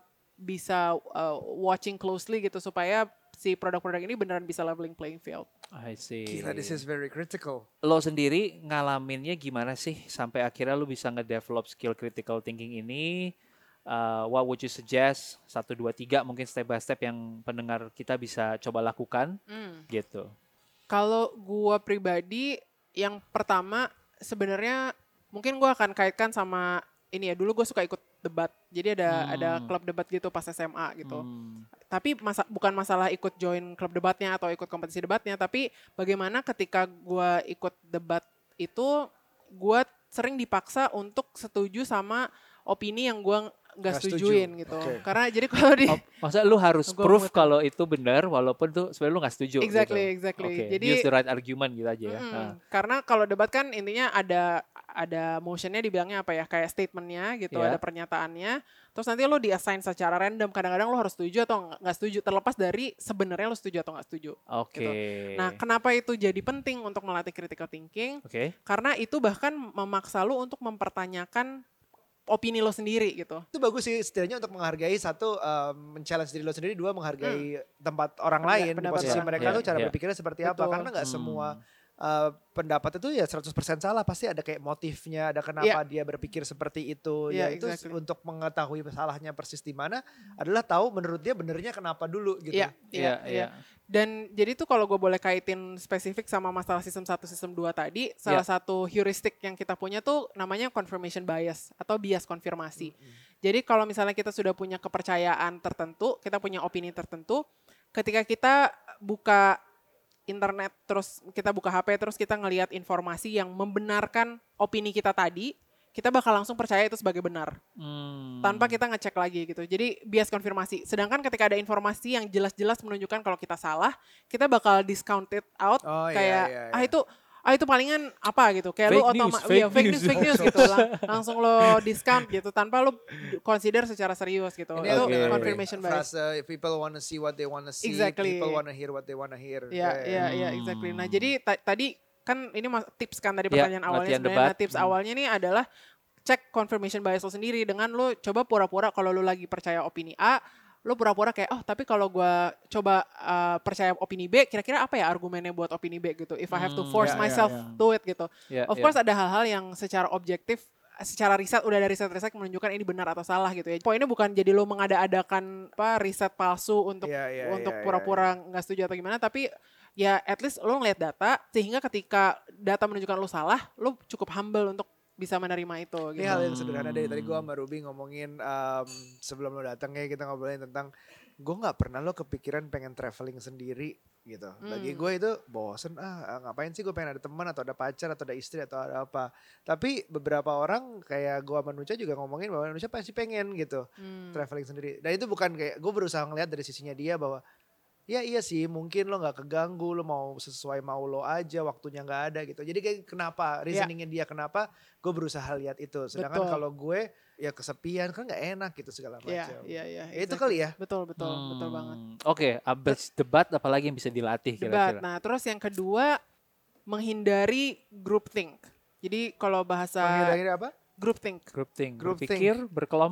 watching closely gitu supaya si produk-produk ini beneran bisa leveling playing field. I see. Gila, this is very critical. Lo sendiri ngalaminnya gimana sih sampai akhirnya lo bisa ngedevelop skill critical thinking ini? What would you suggest? 1, 2, 3 mungkin step by step yang pendengar kita bisa coba lakukan gitu. Kalau gua pribadi yang pertama sebenarnya mungkin gua akan kaitkan sama ini ya, dulu gue suka ikut debat. Jadi ada klub debat gitu pas SMA gitu. Tapi bukan masalah ikut join klub debatnya atau ikut kompetisi debatnya, tapi bagaimana ketika gue ikut debat itu gue sering dipaksa untuk setuju sama opini yang gue nggak setujuin gitu. Karena jadi kalau maksudnya lu harus proof kalau itu benar walaupun tuh sebenarnya lu nggak setuju. Exactly. Jadi use the right argument gitu aja ya. Karena kalau debat kan intinya ada motionnya, dibilangnya apa ya, kayak statementnya gitu, ada pernyataannya. Terus nanti lo di-assign secara random. Kadang-kadang lo harus setuju atau nggak setuju, terlepas dari sebenarnya lo setuju atau nggak setuju. Gitu. Nah, kenapa itu jadi penting untuk melatih critical thinking? Karena itu bahkan memaksa lo untuk mempertanyakan opini lo sendiri gitu. Itu bagus sih, setidaknya untuk menghargai satu, men-challenge diri lo sendiri, dua menghargai tempat orang lain, posisi mereka tuh cara berpikirnya seperti apa. Karena gak semua pendapat itu ya 100% salah, pasti ada kayak motifnya, ada kenapa dia berpikir seperti itu. Itu untuk mengetahui salahnya persis di mana adalah tahu menurut dia benernya kenapa dulu gitu. Dan jadi tuh kalau gue boleh kaitin spesifik sama masalah sistem 1, sistem 2 tadi, salah satu heuristik yang kita punya tuh namanya confirmation bias atau bias konfirmasi. Jadi kalau misalnya kita sudah punya kepercayaan tertentu, kita punya opini tertentu, ketika kita buka internet, terus kita buka HP, terus kita ngelihat informasi yang membenarkan opini kita tadi, kita bakal langsung percaya itu sebagai benar. Tanpa kita ngecek lagi gitu. Jadi bias konfirmasi. Sedangkan ketika ada informasi yang jelas-jelas menunjukkan kalau kita salah, kita bakal discount it out. Itu palingan apa gitu. Kayak fake news gitu. Langsung lo discount gitu tanpa lo consider secara serius gitu. Itu confirmation bias. People wanna see what they wanna see. Exactly. People wanna hear what they wanna hear. Exactly. Nah, jadi tadi kan ini tips kan dari pertanyaan awalnya sebenarnya. Tips awalnya nih adalah cek confirmation bias lo sendiri dengan lo coba pura-pura kalau lo lagi percaya opini A, lo pura-pura kayak tapi kalau gue coba percaya opini B, kira-kira apa ya argumennya buat opini B gitu. If I have to force myself to it gitu. Of course ada hal-hal yang secara objektif, secara riset udah ada riset menunjukkan ini benar atau salah gitu ya. Poinnya bukan jadi lo mengada-adakan riset palsu untuk pura-pura nggak setuju atau gimana, tapi ya at least lo ngeliat data sehingga ketika data menunjukkan lo salah, lo cukup humble untuk bisa menerima itu. Gitu. Ini hal yang sederhana dari tadi gue sama Ruby ngomongin sebelum lo datang ya, kita ngobrolin tentang gue nggak pernah lo kepikiran pengen traveling sendiri gitu. Bagi gue itu bosen ngapain sih gue pengen ada teman atau ada pacar atau ada istri atau ada apa. Tapi beberapa orang kayak gue sama Nucha juga ngomongin bahwa Nucha pasti pengen gitu traveling sendiri. Dan itu bukan kayak gue berusaha ngeliat dari sisinya dia bahwa ya iya sih mungkin lo gak keganggu, lo mau sesuai mau lo aja, waktunya gak ada gitu. Jadi kayak kenapa, reasoningnya dia kenapa, gue berusaha lihat itu. Sedangkan kalau gue ya kesepian kan gak enak gitu segala macam. Iya. Ya, itu kali ya. Betul banget. Oke, abis debat apalagi yang bisa dilatih kira-kira? Nah terus yang kedua, menghindari groupthink. Jadi kalau bahasa... Menghindari apa? Groupthink. Berpikir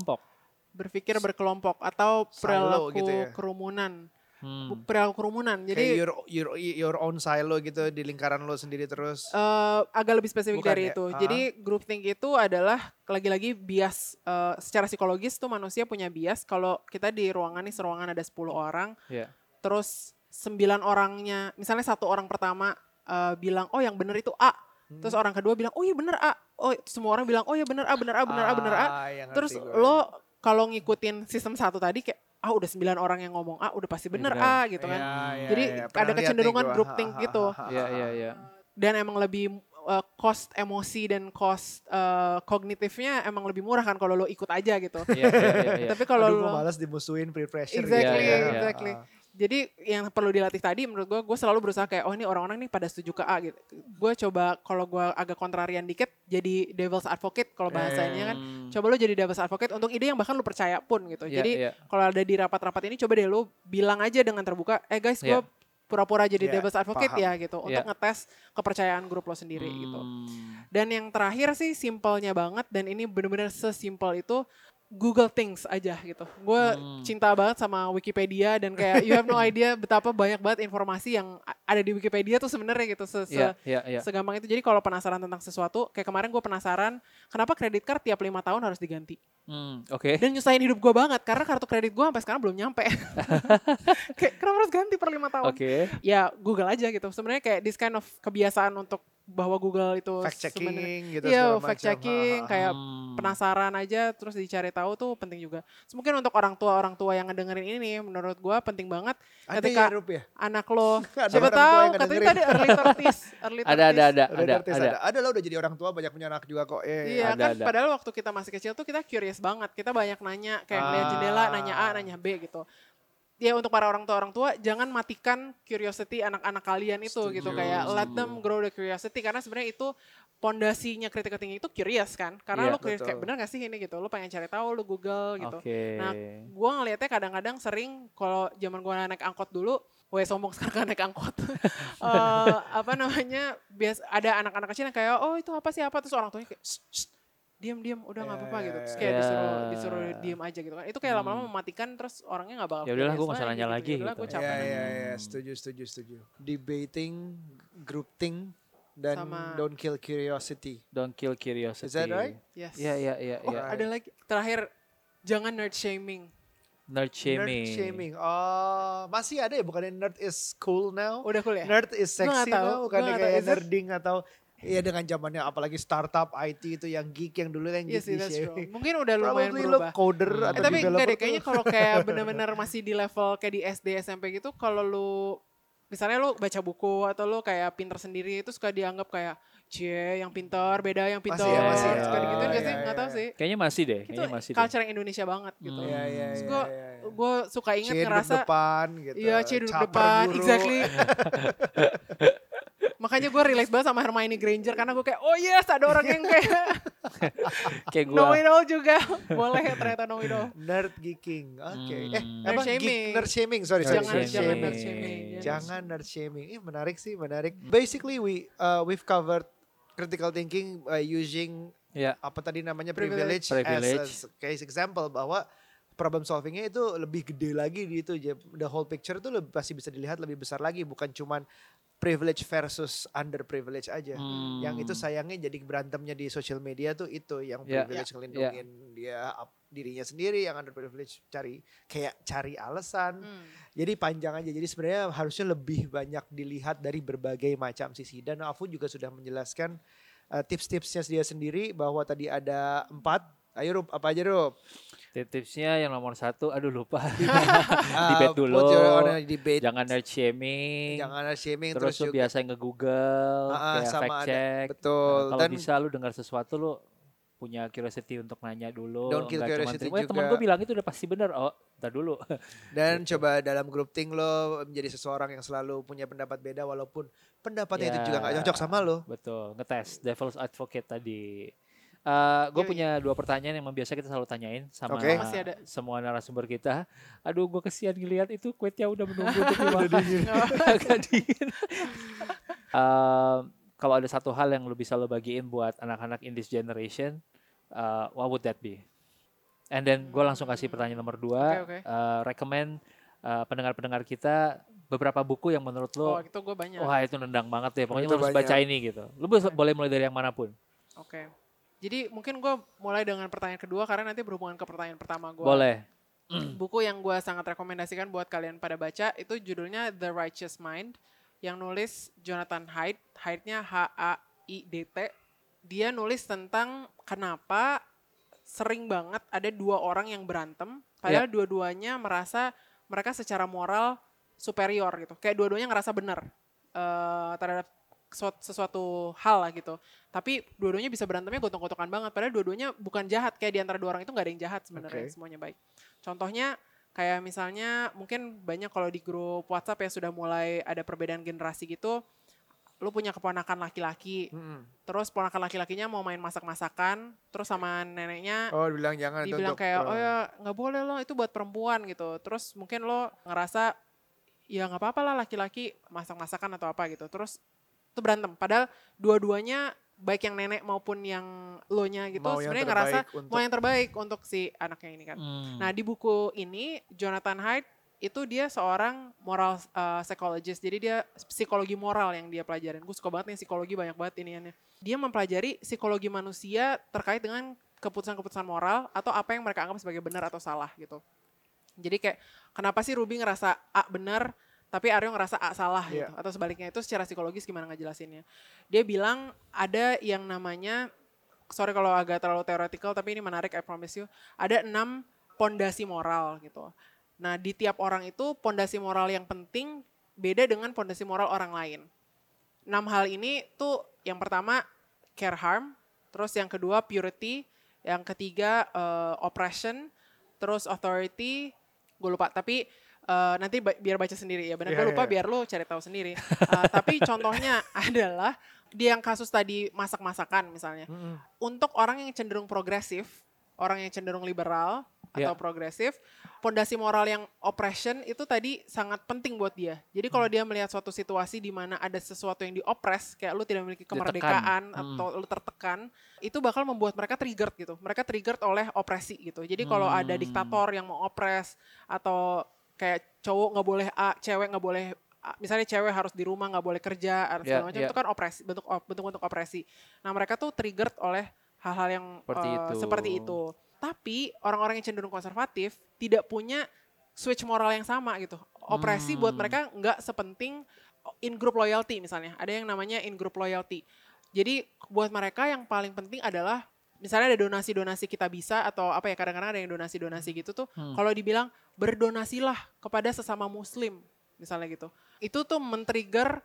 berkelompok atau perilaku gitu ya? kerumunan. Perilaku kerumunan. Jadi kayak your own silo gitu di lingkaran lo sendiri terus. Agak lebih spesifik Bukan dari ya? itu. Jadi groupthink itu adalah lagi-lagi bias secara psikologis tuh manusia punya bias. Kalau kita di ruangan nih, seruangan ada 10 orang. Terus 9 orangnya, misalnya satu orang pertama bilang yang bener itu A. Terus orang kedua bilang iya bener A. Semua orang bilang iya bener A. Terus lo kalau ngikutin sistem satu tadi kayak udah 9 orang yang ngomong A udah pasti bener A gitu kan. Jadi ada kecenderungan groupthink gitu. Iya. Dan emang lebih cost emosi dan cost kognitifnya emang lebih murah kan kalau lo ikut aja gitu. Iya. Tapi kalau lo malas dimusuhin peer pressure. Exactly. Jadi yang perlu dilatih tadi menurut gue selalu berusaha kayak ini orang-orang nih pada setuju ke A gitu. Gue coba kalau gue agak kontrarian dikit jadi devil's advocate kalau bahasanya kan. Coba lo jadi devil's advocate untuk ide yang bahkan lo percaya pun gitu. Jadi kalau ada di rapat-rapat ini coba deh lo bilang aja dengan terbuka, guys gue pura-pura jadi devil's advocate ya gitu. Untuk ngetes kepercayaan grup lo sendiri gitu. Dan yang terakhir sih simpelnya banget dan ini benar-benar sesimpel itu. Google Things aja gitu. Gue cinta banget sama Wikipedia dan kayak you have no idea betapa banyak banget informasi yang ada di Wikipedia tuh sebenarnya gitu. Segampang itu. Jadi kalau penasaran tentang sesuatu, kayak kemarin gue penasaran kenapa kredit card tiap 5 tahun harus diganti. Dan nyusahin hidup gue banget karena kartu kredit gue sampai sekarang belum nyampe. Kayak kenapa harus ganti per 5 tahun? Ya Google aja gitu. Sebenarnya kayak this kind of kebiasaan untuk bahwa Google itu fact checking gitu segala fact checking kayak penasaran aja terus dicari tahu tuh penting juga. Mungkin untuk orang tua yang ngedengerin ini menurut gue penting banget ketika anak lo siapa tahu katanya tadi early 30s. Ada lah udah jadi orang tua banyak punya anak juga kok. Iya kan padahal waktu kita masih kecil tuh kita curious banget. Kita banyak nanya kayak lihat jendela nanya A nanya B gitu. Ya untuk para orang tua jangan matikan curiosity anak-anak kalian itu gitu kayak let them grow the curiosity karena sebenarnya itu pondasinya critical thinking itu curious kan karena lo curious kayak bener gak sih ini gitu lo pengen cari tahu lo Google gitu. Nah gue ngelihatnya kadang-kadang sering kalau zaman gue naik angkot dulu sombong sekarang naik angkot biasa ada anak-anak kecil yang kayak itu apa sih terus orang tuanya kayak diam udah nggak apa-apa gitu terus kayak disuruh diem aja gitu kan itu kayak lama-lama mematikan terus orangnya nggak bakal ya udahlah gue nggak usah nanya lagi gitu. Gue capek setuju debating groupthing dan don't kill curiosity is that right? Yes. Iya. Ada lagi terakhir jangan nerd shaming. Masih ada ya bukannya nerd is cool now? Udah cool ya? Nerd is sexy now bukannya kayak nerding atau iya dengan zamannya apalagi startup IT itu yang geek yang dulu yang geek mungkin udah lumayan berubah. Coder atau tapi developer. Enggak deh kayaknya kalau kayak benar-benar masih di level kayak di SD SMP gitu kalau lu misalnya lu baca buku atau lu kayak pinter sendiri itu suka dianggap kayak yang pintar beda yang pintar masih ya. Suka digituin gak sih? Nggak tahu sih. Kayaknya masih deh. Itu culture yang Indonesia banget gitu. Terus gue suka inget ngerasa. Duduk depan gitu. Iya duduk depan. Guru. Exactly. Makanya gue relate banget sama Hermione Granger karena gue kayak yes ada orang yang kayak kayak gue know it all juga boleh ya ternyata know it all. Nerd geeking, oke. Nerd shaming. Nerd shaming, sorry. Jangan nerd shaming. Menarik sih. Basically we've covered critical thinking by using apa tadi namanya privilege as case example bahwa problem solvingnya itu lebih gede lagi di itu. The whole picture itu pasti bisa dilihat lebih besar lagi, bukan cuman privilege versus underprivilege aja. Yang itu sayangnya jadi berantemnya di social media tuh itu yang privilege ngelindungin dia dirinya sendiri, yang underprivilege cari alasan. Jadi panjang aja. Jadi sebenarnya harusnya lebih banyak dilihat dari berbagai macam sisi. Dan Afu juga sudah menjelaskan tips-tipsnya dia sendiri bahwa tadi ada 4. Ayo Rup, apa aja Rup? Tipsnya yang nomor 1, aduh lupa. Debate dulu. Jangan nerd shaming. Terus lu biasa nge-google, kayak fact check. Betul. Kalau bisa lu dengar sesuatu lu punya curiosity untuk nanya dulu. Don't kill curiosity juga. Temen gue bilang itu udah pasti benar. Oh, ntar dulu. Dan coba dalam group think lo menjadi seseorang yang selalu punya pendapat beda walaupun pendapatnya itu juga gak cocok sama lo. Betul, ngetes devil's advocate tadi. Gue punya 2 pertanyaan yang biasa kita selalu tanyain sama semua narasumber kita. Aduh, gue kesian ngeliat itu kuetnya udah menunggu untuk dimakan. Agak dingin. Kalau ada satu hal yang lo bisa lo bagiin buat anak-anak in this generation, what would that be? And then gue langsung kasih pertanyaan nomor 2. Recommend pendengar-pendengar kita beberapa buku yang menurut lo, itu gue banyak. Wah itu nendang banget ya. Pokoknya lo harus baca ini gitu. Lo boleh mulai dari yang manapun. Jadi mungkin gue mulai dengan pertanyaan kedua karena nanti berhubungan ke pertanyaan pertama gue. Boleh. Buku yang gue sangat rekomendasikan buat kalian pada baca itu judulnya The Righteous Mind yang nulis Jonathan Haidt. Haidt-nya H-A-I-D-T. Dia nulis tentang kenapa sering banget ada 2 orang yang berantem padahal dua-duanya merasa mereka secara moral superior gitu. Kayak dua-duanya ngerasa benar terhadap sesuatu hal lah gitu. Tapi dua-duanya bisa berantemnya gotong-gotongan banget. Padahal dua-duanya bukan jahat. Kayak di antara 2 orang itu gak ada yang jahat sebenarnya. Semuanya baik. Contohnya kayak misalnya mungkin banyak kalau di grup WhatsApp ya sudah mulai ada perbedaan generasi gitu. Lu punya keponakan laki-laki. Terus ponakan laki-lakinya mau main masak-masakan. Terus sama neneknya. Dibilang kayak gak boleh loh itu buat perempuan gitu. Terus mungkin lo ngerasa ya gak apa-apa lah laki-laki masak-masakan atau apa gitu. Terus itu berantem. Padahal dua-duanya baik yang nenek maupun yang lo-nya gitu sebenarnya ngerasa mau yang terbaik untuk si anaknya ini kan. Nah di buku ini Jonathan Haidt itu dia seorang moral psychologist. Jadi dia psikologi moral yang dia pelajarin. Gue suka banget nih psikologi, banyak banget iniannya. Dia mempelajari psikologi manusia terkait dengan keputusan-keputusan moral atau apa yang mereka anggap sebagai benar atau salah gitu. Jadi kayak kenapa sih Ruby ngerasa A benar tapi Aryo ngerasa A salah gitu. Atau sebaliknya itu secara psikologis gimana ngejelasinnya. Dia bilang ada yang namanya, sorry kalau agak terlalu theoretical tapi ini menarik I promise you. Ada 6 pondasi moral gitu. Nah di tiap orang itu pondasi moral yang penting beda dengan pondasi moral orang lain. 6 hal ini tuh yang pertama care harm, terus yang kedua purity, yang ketiga oppression, terus authority, gue lupa tapi nanti biar baca sendiri ya, benar gue lupa biar lo cari tahu sendiri. Tapi contohnya adalah di yang kasus tadi masak-masakan misalnya. Untuk orang yang cenderung progresif, orang yang cenderung liberal atau progresif, pondasi moral yang oppression itu tadi sangat penting buat dia. Jadi kalau dia melihat suatu situasi di mana ada sesuatu yang diopres, kayak lu tidak memiliki kemerdekaan atau lu tertekan, itu bakal membuat mereka triggered gitu. Mereka triggered oleh opresi gitu. Jadi kalau ada diktator yang mau opres atau kayak cowok nggak boleh A, cewek nggak boleh A. Misalnya cewek harus di rumah nggak boleh kerja, segala macam itu kan opresi, bentuk-bentuk opresi. Nah mereka tuh triggered oleh hal-hal yang seperti itu. Tapi orang-orang yang cenderung konservatif tidak punya switch moral yang sama gitu. Opresi buat mereka nggak sepenting in group loyalty misalnya. Ada yang namanya in group loyalty. Jadi buat mereka yang paling penting adalah misalnya ada donasi-donasi kita bisa atau apa ya, kadang-kadang ada yang donasi-donasi gitu tuh. Kalau dibilang berdonasilah kepada sesama muslim misalnya gitu. Itu tuh men-trigger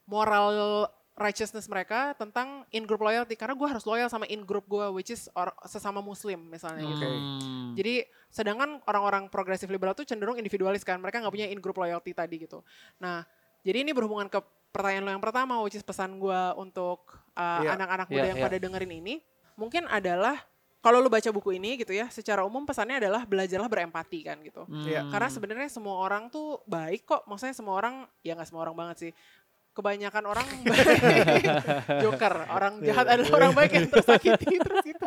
moral righteousness mereka tentang in group loyalty. Karena gue harus loyal sama in group gue which is sesama muslim misalnya gitu. Jadi sedangkan orang-orang progresif liberal tuh cenderung individualis kan. Mereka gak punya in group loyalty tadi gitu. Nah jadi ini berhubungan ke pertanyaan lo yang pertama which is pesan gue untuk anak-anak muda yang pada dengerin ini. Mungkin adalah kalau lu baca buku ini gitu ya, secara umum pesannya adalah belajarlah berempati kan gitu. Karena sebenarnya semua orang tuh baik kok, maksudnya semua orang, ya gak semua orang banget sih. kebanyakan orang joker, orang jahat adalah orang baik yang tersakiti terus gitu.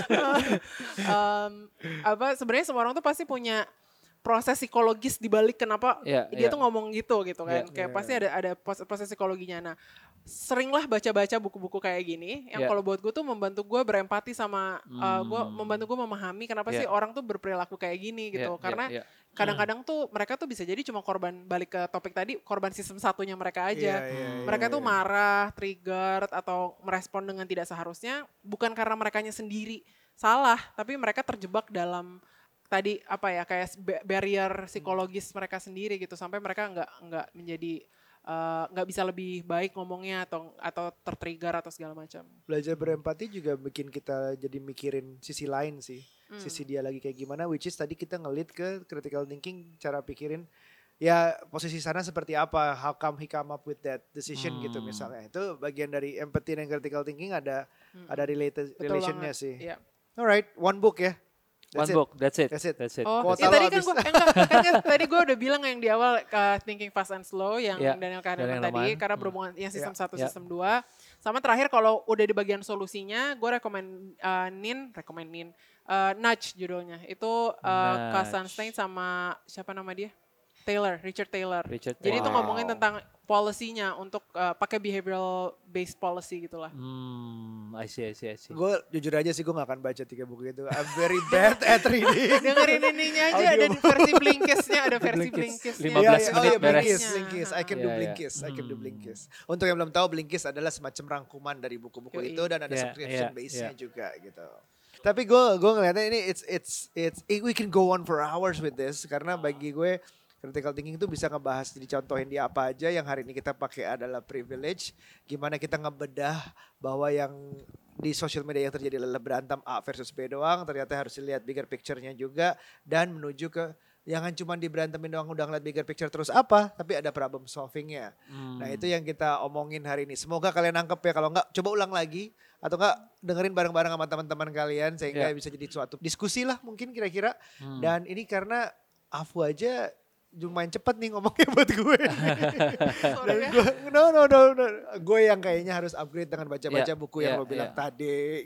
Sebenarnya semua orang tuh pasti punya proses psikologis di balik kenapa dia tuh ngomong gitu kan. Kayak pasti ada proses psikologinya. Nah, seringlah baca-baca buku-buku kayak gini yang kalau buat gue tuh membantu gue berempati sama membantu gue memahami kenapa sih orang tuh berperilaku kayak gini gitu. Karena kadang-kadang tuh mereka tuh bisa jadi cuma korban, balik ke topik tadi, korban sistem satunya mereka aja. Mereka tuh marah, trigger atau merespon dengan tidak seharusnya bukan karena merekanya sendiri salah, tapi mereka terjebak dalam tadi kayak barrier psikologis mereka sendiri gitu, sampai mereka nggak menjadi nggak bisa lebih baik ngomongnya atau tertrigger atau segala macam. Belajar berempati juga bikin kita jadi mikirin sisi lain sih, sisi dia lagi kayak gimana, which is tadi kita ngelit ke critical thinking, cara pikirin ya posisi sana seperti apa, how come he come up with that decision gitu misalnya. Itu bagian dari empathy dan critical thinking ada relationnya sih. Yeah. Alright, one book ya. That's it. Oh, tadi kan tadi gue udah bilang yang di awal Thinking Fast and Slow yang Daniel Kahneman tadi, karena berhubungan yang sistem 1, sistem 2. Sama terakhir kalau udah di bagian solusinya, gue rekomenin Nudge judulnya. Itu Sunstein sama siapa nama dia? Richard Taylor. Jadi itu ngomongin tentang policy-nya untuk pakai behavioral based policy gitulah. I see. Gue jujur aja sih gue gak akan baca 3 buku itu. I'm very bad at reading. Dengerin ininya aja, ada versi Blinkist-nya, ada versi Blinkist-nya. 15 menit beres. Blinkist. I can do Blinkist. Untuk yang belum tahu, Blinkist adalah semacam rangkuman dari buku-buku itu dan ada subscription base-nya juga gitu. Tapi gue ngeliatnya ini we can go on for hours with this, karena bagi gue critical thinking itu bisa ngebahas, dicontohin di apa aja. Yang hari ini kita pakai adalah privilege. Gimana kita ngebedah bahwa yang di social media yang terjadi adalah berantem A versus B doang. Ternyata harus dilihat bigger picture-nya juga. Dan menuju ke jangan cuma diberantemin doang udah ngeliat bigger picture terus apa. Tapi ada problem solving-nya. Nah itu yang kita omongin hari ini. Semoga kalian nangkep ya. Kalau enggak coba ulang lagi. Atau enggak dengerin bareng-bareng sama teman-teman kalian. Sehingga bisa jadi suatu diskusi lah mungkin kira-kira. Dan ini karena Afu aja lumayan cepet nih ngomongnya buat gue. Dan gue, no. Gue yang kayaknya harus upgrade dengan baca-baca buku yang lo bilang tadi.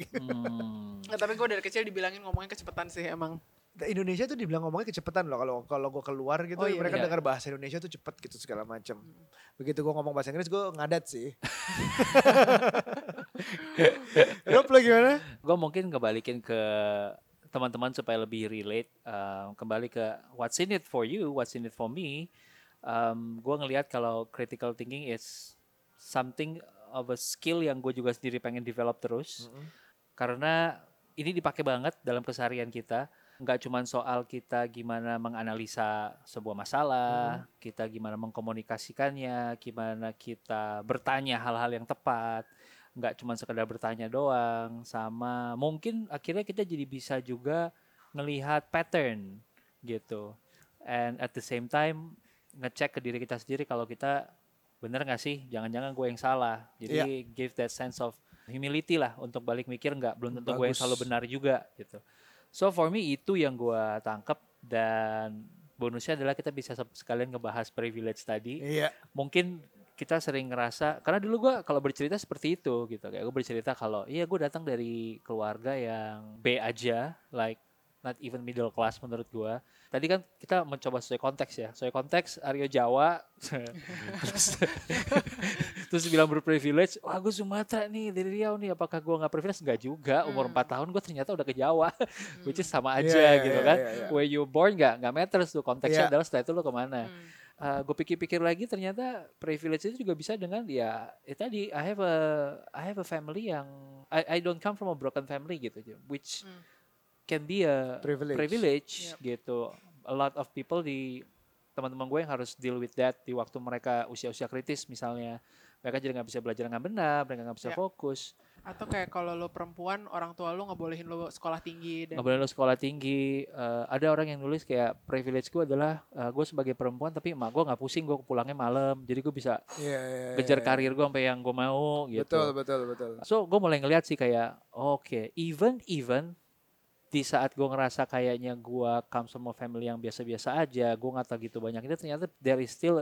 Tapi gue dari kecil dibilangin ngomongnya kecepetan sih emang. Indonesia tuh dibilang ngomongnya kecepetan loh. Kalau gue keluar gitu, mereka dengar bahasa Indonesia tuh cepet gitu segala macam. Begitu gue ngomong bahasa Inggris, gue ngadat sih. Rob lo gimana? Gue mungkin kebalikin ke teman-teman supaya lebih relate, kembali ke what's in it for you, what's in it for me. Gue ngelihat kalau critical thinking is something of a skill yang gue juga sendiri pengen develop terus. Karena ini dipakai banget dalam keseharian kita. Nggak cuma soal kita gimana menganalisa sebuah masalah, kita gimana mengkomunikasikannya, gimana kita bertanya hal-hal yang tepat. Nggak cuma sekedar bertanya doang, sama mungkin akhirnya kita jadi bisa juga ngelihat pattern gitu. And at the same time ngecek ke diri kita sendiri kalau kita bener nggak sih, jangan-jangan gue yang salah. Jadi give that sense of humility lah untuk balik mikir, belum tentu gue yang selalu benar juga gitu. So for me itu yang gue tangkep, dan bonusnya adalah kita bisa sekalian ngebahas privilege tadi. Mungkin kita sering ngerasa, karena dulu gue kalau bercerita seperti itu gitu, kayak gue bercerita kalau iya gue datang dari keluarga yang B aja, like not even middle class menurut gue. Tadi kan kita mencoba sesuai konteks ya, sesuai konteks Aryo Jawa, terus bilang berprivilege, wah gue Sumatera nih dari Riau nih, apakah gue nggak privilege? Nggak juga, umur 4 tahun gue ternyata udah ke Jawa, which is sama aja gitu kan. Where you born nggak matters tuh, konteksnya adalah setelah itu lo kemana. Gue pikir-pikir lagi ternyata privilege itu juga bisa dengan tadi I have a family yang I don't come from a broken family gitu, which can be a privilege gitu. A lot of people di teman-teman gue yang harus deal with that di waktu mereka usia-usia kritis misalnya, mereka jadi nggak bisa belajar dengan benar, mereka nggak bisa fokus. Atau kayak kalau lo perempuan, orang tua lo nggak bolehin lo sekolah tinggi. Nggak boleh lo sekolah tinggi. Ada orang yang nulis kayak privilege gue adalah gue sebagai perempuan tapi emak gue nggak pusing, gue pulangnya malam, jadi gue bisa kejar karir gue sampai yang gue mau gitu. Betul. So gue mulai ngeliat sih kayak even di saat gue ngerasa kayaknya gue come from a family yang biasa-biasa aja, gue nggak tahu gitu banyak, itu ternyata there is still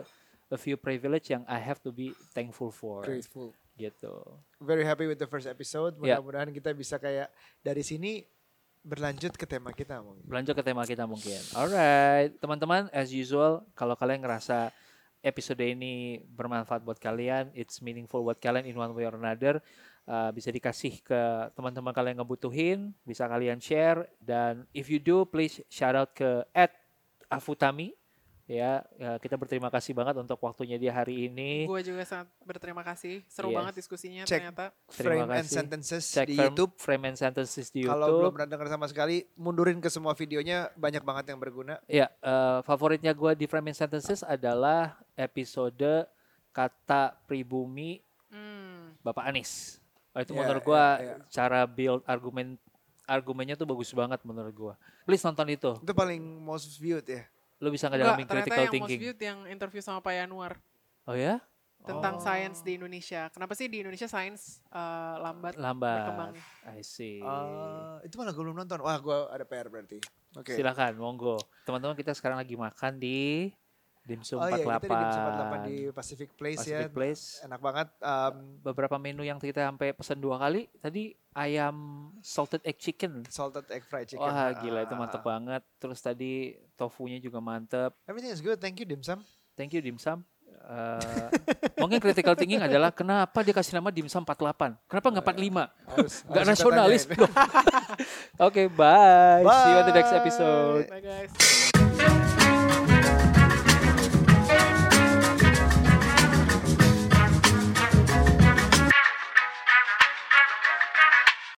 a few privilege yang I have to be thankful for. Grateful. Gitu. Very happy with the first episode. Yeah. Mudah-mudahan kita bisa kayak dari sini berlanjut ke tema kita mungkin. Berlanjut ke tema kita mungkin. Alright, teman-teman, as usual, kalau kalian ngerasa episode ini bermanfaat buat kalian, it's meaningful buat kalian in one way or another, bisa dikasih ke teman-teman kalian yang ngebutuhin, bisa kalian share, dan if you do, please shout out ke @afutami. Ya, kita berterima kasih banget untuk waktunya dia hari ini. Gue juga sangat berterima kasih. Seru banget diskusinya Cek ternyata. Frame and Sentences Cek di YouTube. Frame and Sentences di YouTube. Kalau belum pernah dengar sama sekali, mundurin ke semua videonya, banyak banget yang berguna. Ya, favoritnya gue di Frame and Sentences adalah episode kata pribumi Bapak Anies. Itu menurut gue cara build argumennya tuh bagus banget menurut gue. Please nonton itu. Itu paling most viewed ya. Lo bisa ngedalamin critical ternyata yang thinking. most viewed yang interview sama Pak Yanuar. Oh ya? Tentang sains di Indonesia. Kenapa sih di Indonesia sains lambat berkembangnya? I see. Itu malah gue belum nonton. Wah, gue ada PR berarti. Oke. Silakan, monggo. Teman-teman, kita sekarang lagi makan di Dimsum 48. Iya, kita di Dimsum 48 di Pacific Place ya. Place. Enak banget. Beberapa menu yang kita sampai pesan 2 kali. Tadi ayam salted egg chicken. Salted egg fried chicken. Wah, gila itu mantep banget. Terus tadi tofunya juga mantep. Everything is good. Thank you Dimsum. Thank you Dimsum. Mungkin critical thinking adalah kenapa dia kasih nama Dimsum 48? Kenapa nggak 45? Nggak nasionalis. Oke, bye. See you at the next episode. Bye guys.